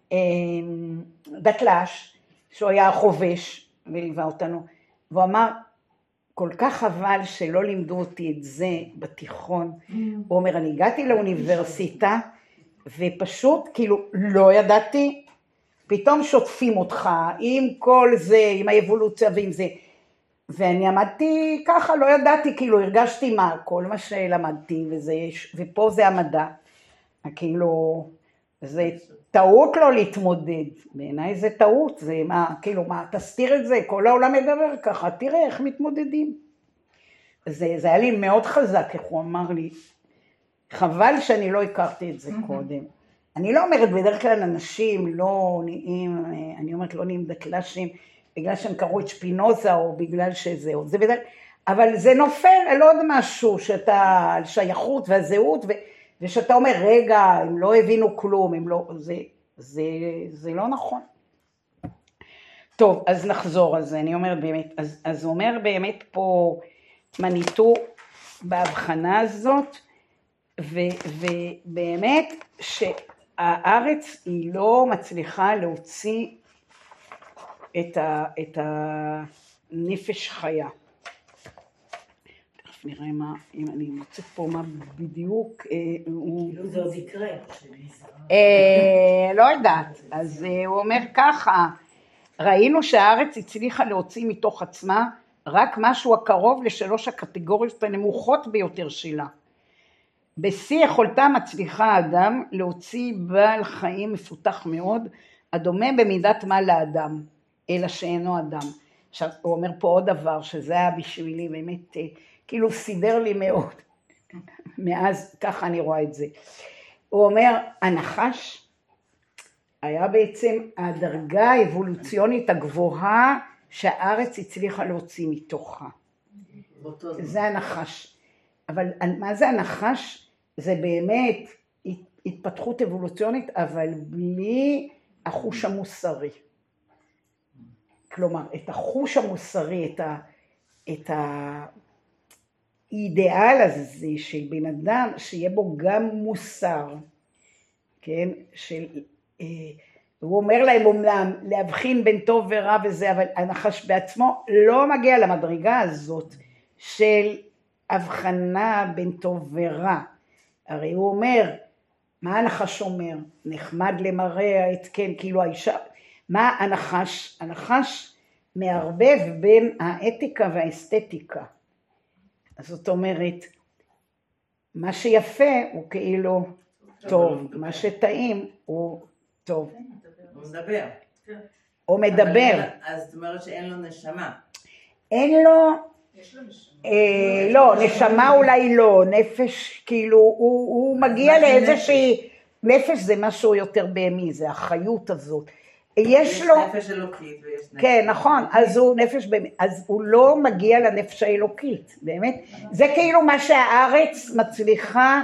דתל"ש, שהוא היה חובש וליווה אותנו, והוא אמר, כל כך חבל שלא לימדו אותי את זה בתיכון. הוא אומר, אני הגעתי לאוניברסיטה, ופשוט כאילו לא ידעתי, פתאום שוטפים אותך עם כל זה, עם האבולוציה ועם זה. ואני עמדתי ככה, לא ידעתי, כאילו הרגשתי מה, כל מה שלמדתי, וזה, ופה זה המדע. כאילו, זה טעות לא להתמודד, בעיניי זה טעות, זה מה, כאילו מה, תסתיר את זה, כל העולם מדבר ככה, תראה איך מתמודדים. זה, זה היה לי מאוד חזק, איך הוא אמר לי, חבל שאני לא הכרתי את זה קודם. אני לא אומרת, בדרך כלל אנשים לא נהיים, אני אומרת לא נהיים דתל"שים, בגלל שהם קראו את שפינוזה, או בגלל שזהו, זה בדרך, אבל זה נופל על עוד משהו, שאתה, על שייכות והזהות, ו... ושאתה אומר, רגע, הם לא הבינו כלום, הם לא, זה, זה, זה לא נכון. טוב, אז נחזור על זה, אני אומרת באמת, אז, אז הוא אומר באמת פה מניטו בהבחנה הזאת, ו, ובאמת שהארץ היא לא מצליחה להוציא את, ה, את הנפש חיה. תכף נראה מה, אם אני מוצאת פה מה בדיוק, אה, הוא... כאילו זה עוד יקרה. אה, לא יודעת, אז אה, הוא אומר ככה, ראינו שהארץ הצליחה להוציא מתוך עצמה רק משהו הקרוב לשלוש הקטגוריות הנמוכות ביותר שלה. בשיא יכולתה מצליחה האדם להוציא בעל חיים מפותח מאוד, הדומה במידת מה לאדם, אלא שאינו אדם. עכשיו הוא אומר פה עוד דבר, שזה היה בשבילי באמת, כאילו סידר לי מאוד, מאז ככה אני רואה את זה. הוא אומר, הנחש היה בעצם הדרגה האבולוציונית הגבוהה שהארץ הצליחה להוציא מתוכה. זה הנחש. אבל מה זה הנחש? זה באמת התפתחות אבולוציונית, אבל בלי החוש המוסרי. כלומר, את החוש המוסרי, את, ה, את האידיאל הזה של בן אדם, שיהיה בו גם מוסר, כן? של, אה, הוא אומר להם אומנם להבחין בין טוב ורע וזה, אבל הנחש בעצמו לא מגיע למדרגה הזאת של הבחנה בין טוב ורע. הרי הוא אומר, מה הנחש אומר? נחמד למראה את כן, כאילו האישה, מה הנחש? הנחש מערבב בין האתיקה והאסתטיקה. אז זאת אומרת, מה שיפה הוא כאילו טוב, מה שטעים הוא טוב. הוא מדבר. הוא מדבר. אז זאת אומרת שאין לו נשמה. אין לו, אה, לא, נשמה אולי לא, נפש כאילו, הוא, הוא מגיע לאיזושהי, נפש זה משהו יותר בהמי, זה החיות הזאת. יש לו, יש נפש אלוקית ויש נפש. כן, נכון, אז הוא נפש בהמי, אז הוא לא מגיע לנפש האלוקית, באמת. זה כאילו מה שהארץ מצליחה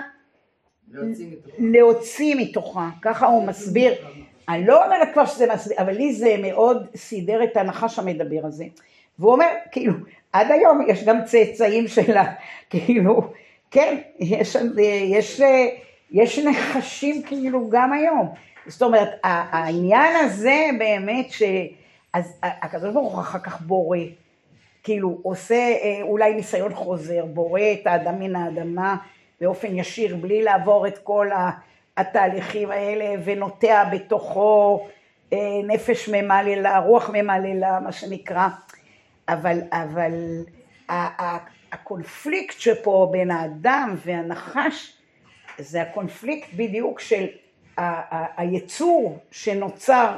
להוציא מתוכה, ככה הוא מסביר. אני לא אומרת כבר שזה מסביר, אבל לי זה מאוד סידר את הנחש המדבר הזה. והוא אומר, כאילו, עד היום יש גם צאצאים שלה, כאילו, כן, יש, יש, יש נחשים כאילו גם היום. זאת אומרת, העניין הזה באמת ש... אז הקדוש ברוך הוא אחר כך בורא, כאילו, עושה אולי ניסיון חוזר, בורא את האדם מן האדמה באופן ישיר, בלי לעבור את כל התהליכים האלה, ונוטע בתוכו נפש ממללה, רוח ממללה, מה שנקרא. אבל, אבל הקונפליקט שפה בין האדם והנחש, זה הקונפליקט בדיוק של היצור שנוצר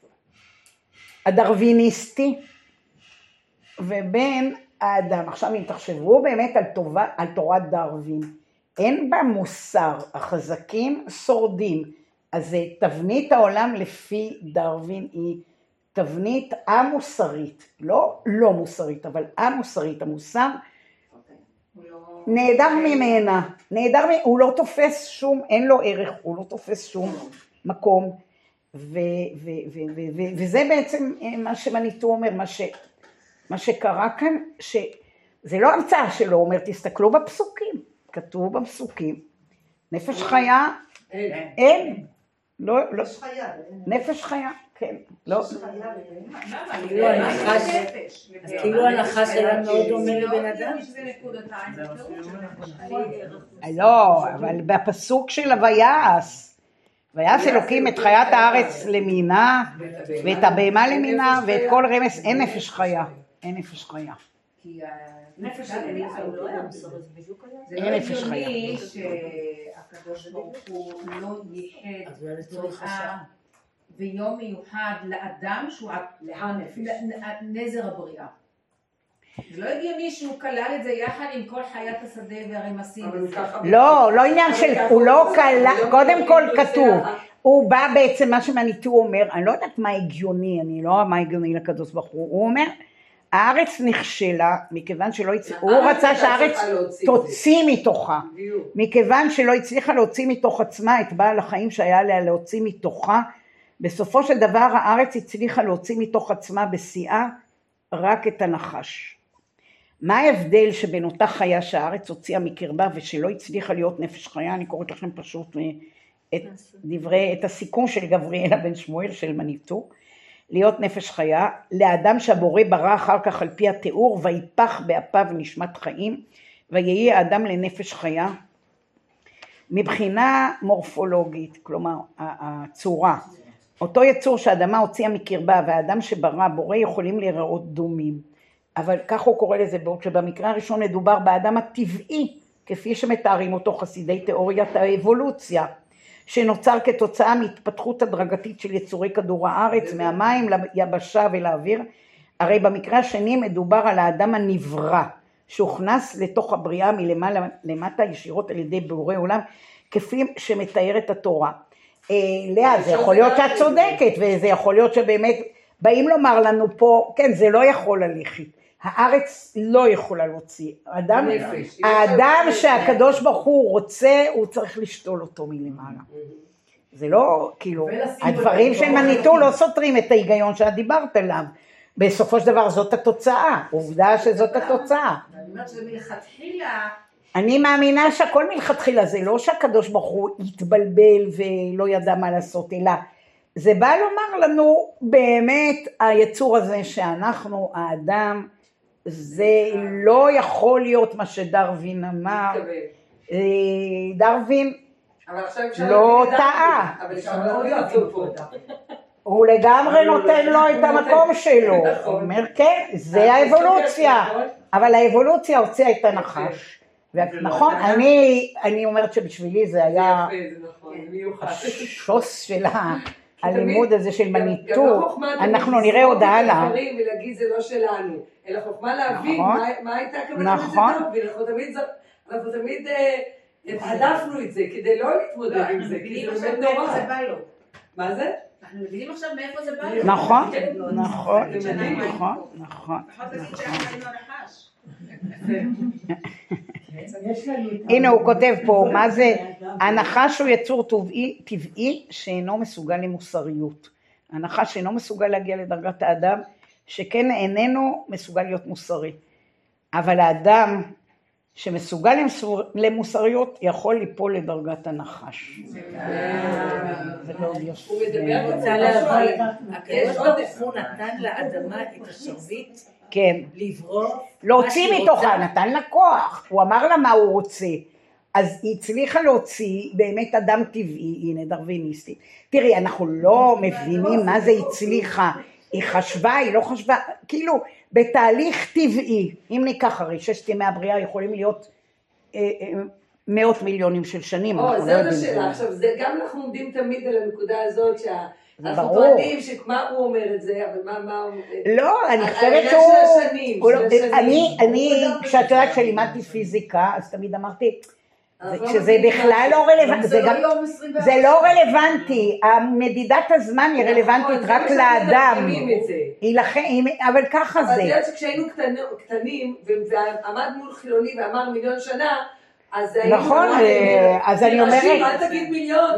הדרוויניסטי, ובין האדם. עכשיו אם תחשבו באמת על, טובה, על תורת דרווין, אין בה מוסר, החזקים שורדים, אז תבנית העולם לפי דרווין היא תבנית המוסרית, לא לא מוסרית, אבל המוסרית, המוסר, נהדר ממנה, נהדר, הוא לא תופס שום, אין לו ערך, הוא לא תופס שום מקום, ו, ו, ו, ו, ו, וזה בעצם מה שמניטו אומר, מה, ש, מה שקרה כאן, שזה לא המצאה שלו, אומר, תסתכלו בפסוקים, כתוב בפסוקים, נפש חיה, אין, לא, לא, נפש חיה, כן, לא. כאילו הנחש היה מאוד דומה לבן אדם. לא, אבל בפסוק של הויעש, ויעש אלוקים את חיית הארץ למינה, ואת הבהמה למינה, ואת כל רמס, אין נפש חיה, אין נפש חיה. נפש חיה. אין נפש חיה. זה לא הגיוני שהקדוש ברוך הוא לא ייחד בריאה ויום מיוחד לאדם שהוא נזר הבריאה. זה לא הגיוני שהוא כלל את זה יחד עם כל חיית השדה והרמסים. לא, לא עניין של, הוא לא כלל, קודם כל כתוב, הוא בא בעצם מה שמניטו אומר, אני לא יודעת מה הגיוני, אני לא יודעת מה הגיוני לקדוש ברוך הוא, הוא אומר, הארץ נכשלה, מכיוון שלא הצליחה, הוא רצה שהארץ תוציא מתוכה, מכיוון שלא הצליחה להוציא מתוך עצמה את בעל החיים שהיה לה להוציא מתוכה, בסופו של דבר הארץ הצליחה להוציא מתוך עצמה בשיאה רק את הנחש. מה ההבדל שבין אותה חיה שהארץ הוציאה מקרבה ושלא הצליחה להיות נפש חיה? אני קוראת לכם פשוט את דברי, את הסיכום של גבריאלה בן שמואל של מניטו, להיות נפש חיה, לאדם שהבורא ברא אחר כך על פי התיאור, ויפח באפיו נשמת חיים, ויהי האדם לנפש חיה, מבחינה מורפולוגית, כלומר הצורה, אותו יצור שהאדמה הוציאה מקרבה והאדם שברא בורא יכולים להיראות דומים, אבל כך הוא קורא לזה, בעוד שבמקרה הראשון מדובר באדם הטבעי, כפי שמתארים אותו חסידי תיאוריית האבולוציה, שנוצר כתוצאה מהתפתחות הדרגתית של יצורי כדור הארץ, מהמים ליבשה ולאוויר. הרי במקרה השני מדובר על האדם הנברא, שהוכנס לתוך הבריאה מלמעלה למטה ישירות על ידי בורא עולם, כפי שמתארת התורה. לאה, זה יכול להיות שאת צודקת, וזה יכול להיות שבאמת באים לומר לנו פה, כן, זה לא יכול ללכת. הארץ לא יכולה להוציא. האדם, האדם שהקדוש ברוך הוא רוצה, הוא צריך לשתול אותו מלמעלה. זה לא, כאילו, הדברים של מניטו לא סותרים את ההיגיון שאת דיברת עליו. בסופו של דבר זאת התוצאה, עובדה שזאת התוצאה. אני אומרת שזה מלכתחילה... אני מאמינה שהכל מלכתחילה, זה לא שהקדוש ברוך הוא יתבלבל ולא ידע מה לעשות, אלא זה בא לומר לנו באמת היצור הזה שאנחנו, האדם, זה לא יכול להיות מה שדרווין אמר. דרווין לא טעה. אבל אפשר לא להיות פה. הוא לגמרי נותן לו את המקום שלו. הוא אומר כן, זה האבולוציה. אבל האבולוציה הוציאה את הנחש. נכון, אני אומרת שבשבילי זה היה השוס של הלימוד הזה של מניטו. אנחנו נראה עוד הלאה. ולהגיד זה לא שלנו, אלא חוכמה להבין מה הייתה הכוונה לזה. אנחנו תמיד הדפנו את זה כדי לא להתמודד עם זה, כי זה באמת נורא. מה זה? אנחנו מבינים עכשיו מאיפה זה בא. נכון, נכון, נכון, נכון. הנה הוא כותב פה, מה זה? הנחש הוא יצור טבעי שאינו מסוגל למוסריות. הנחש אינו מסוגל להגיע לדרגת האדם, שכן איננו מסוגל להיות מוסרי. אבל האדם שמסוגל למוסריות יכול ליפול לדרגת הנחש. זה לא יפה. הוא מדבר רוצה להבין, הקדוש ברוך הוא נתן לאדמה את השרביט כן. לברוא, להוציא מתוכה, נתן לה כוח, הוא אמר לה מה הוא רוצה, אז היא הצליחה להוציא באמת אדם טבעי, הנה דרוויניסטי. תראי, אנחנו לא מבינים מה זה הצליחה, היא חשבה, היא לא חשבה, כאילו בתהליך טבעי, אם ניקח הרי ששת ימי הבריאה יכולים להיות אה, אה, מאות מיליונים של שנים. או, זאת השאלה, עכשיו זה גם אנחנו עומדים תמיד על הנקודה הזאת שה... אנחנו טוענים שמה הוא אומר את זה, אבל מה, מה הוא... לא, אני חושבת שהוא... אני, אני, כשאת יודעת שלימדתי פיזיקה, אז תמיד אמרתי, שזה בכלל לא רלוונטי, זה לא רלוונטי, מדידת הזמן היא רלוונטית רק לאדם, אבל ככה זה. אבל זה שכשהיינו קטנים, ועמד מול חילוני ואמר מיליון שנה, נכון, אז אני אומרת, אל תגיד מיליון,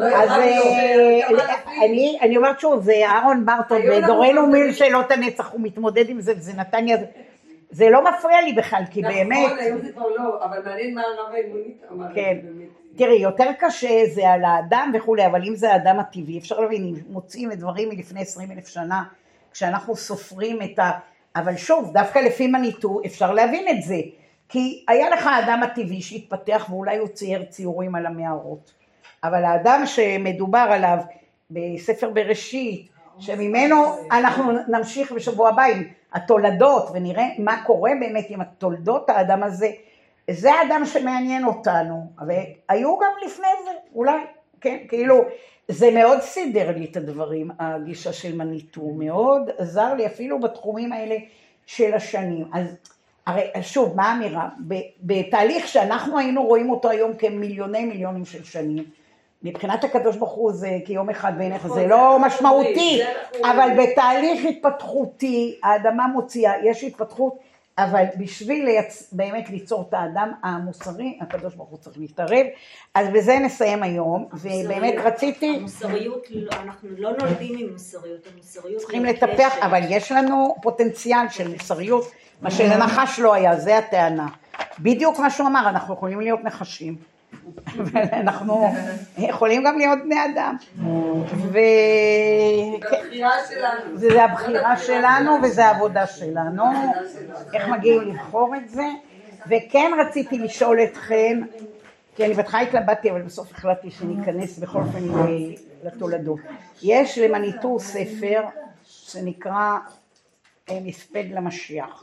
אני אומרת שוב, זה אהרון ברטוב, בדורנו מיל שאלות הנצח, הוא מתמודד עם זה, וזה נתניה, זה לא מפריע לי בכלל, כי באמת... נכון, היום זה כבר לא, אבל מעניין מה הרב האמונית אמר. כן, תראי, יותר קשה זה על האדם וכולי, אבל אם זה האדם הטבעי, אפשר להבין, אם מוצאים את דברים מלפני עשרים אלף שנה, כשאנחנו סופרים את ה... אבל שוב, דווקא לפי מניטו, אפשר להבין את זה. כי היה לך האדם הטבעי שהתפתח ואולי הוא צייר ציורים על המערות. אבל האדם שמדובר עליו בספר בראשית, שממנו אנחנו נמשיך בשבוע הבא עם התולדות ונראה מה קורה באמת עם התולדות האדם הזה, זה האדם שמעניין אותנו. והיו גם לפני זה, אולי, כן, כאילו, זה מאוד סידר לי את הדברים, הגישה של מניטו, מאוד עזר לי אפילו בתחומים האלה של השנים. אז הרי שוב, מה האמירה? בתהליך שאנחנו היינו רואים אותו היום כמיליוני מיליונים של שנים, מבחינת הקדוש ברוך הוא זה כיום אחד בעיניך, זה לא משמעותי, אבל בתהליך התפתחותי, האדמה מוציאה, יש התפתחות, אבל בשביל לייצ... באמת ליצור את האדם המוסרי, הקדוש ברוך הוא צריך להתערב, אז בזה נסיים היום, ובאמת רציתי... המוסריות, אנחנו לא נולדים עם מוסריות, המוסריות... צריכים לטפח, אבל יש לנו פוטנציאל של מוסריות, מה שלנחש לא היה, זה הטענה. בדיוק מה שהוא אמר, אנחנו יכולים להיות נחשים, ואנחנו יכולים גם להיות בני אדם. ו... הבחירה שלנו. זה הבחירה שלנו וזה העבודה שלנו, איך מגיעים לבחור את זה. וכן רציתי לשאול אתכם, כי אני בהתחלה התלבטתי, אבל בסוף החלטתי שניכנס בכל אופן לתולדות. יש למניטור ספר שנקרא מספד למשיח.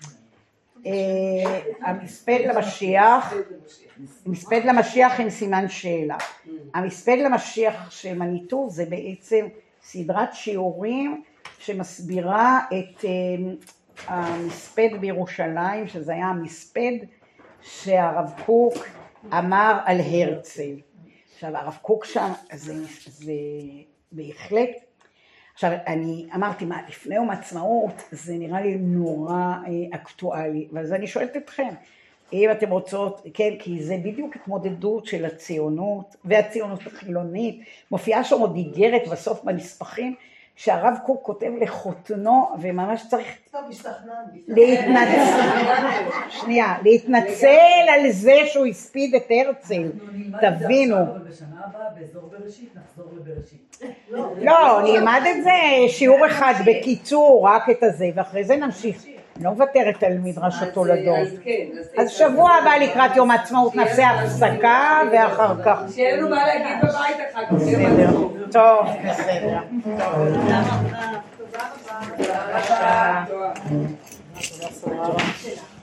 המספד למשיח, מספד למשיח עם סימן שאלה. המספד למשיח של מניטור זה בעצם סדרת שיעורים שמסבירה את המספד בירושלים, שזה היה המספד שהרב קוק אמר על הרצל. עכשיו הרב קוק שם זה, זה בהחלט, עכשיו אני אמרתי מה לפני יום עצמאות זה נראה לי נורא אקטואלי, ואז אני שואלת אתכם אם אתם רוצות, כן, כי זה בדיוק התמודדות של הציונות והציונות החילונית, מופיעה שם עוד איגרת בסוף בנספחים שהרב קוק כותב לחותנו וממש צריך להתנצל, שנייה, להתנצל על זה שהוא הספיד את הרצל, תבינו. בשנה הבאה באזור בראשית נחזור לבראשית. לא, נלמד את זה שיעור אחד בקיצור, רק את הזה, ואחרי זה נמשיך. אני לא מוותרת על מדרש התולדות. אז שבוע הבא לקראת יום העצמאות נעשה הפסקה ואחר כך. שיהיה לנו מה להגיד בבית אחר כך. בסדר, טוב, בסדר. תודה רבה. תודה רבה. תודה רבה.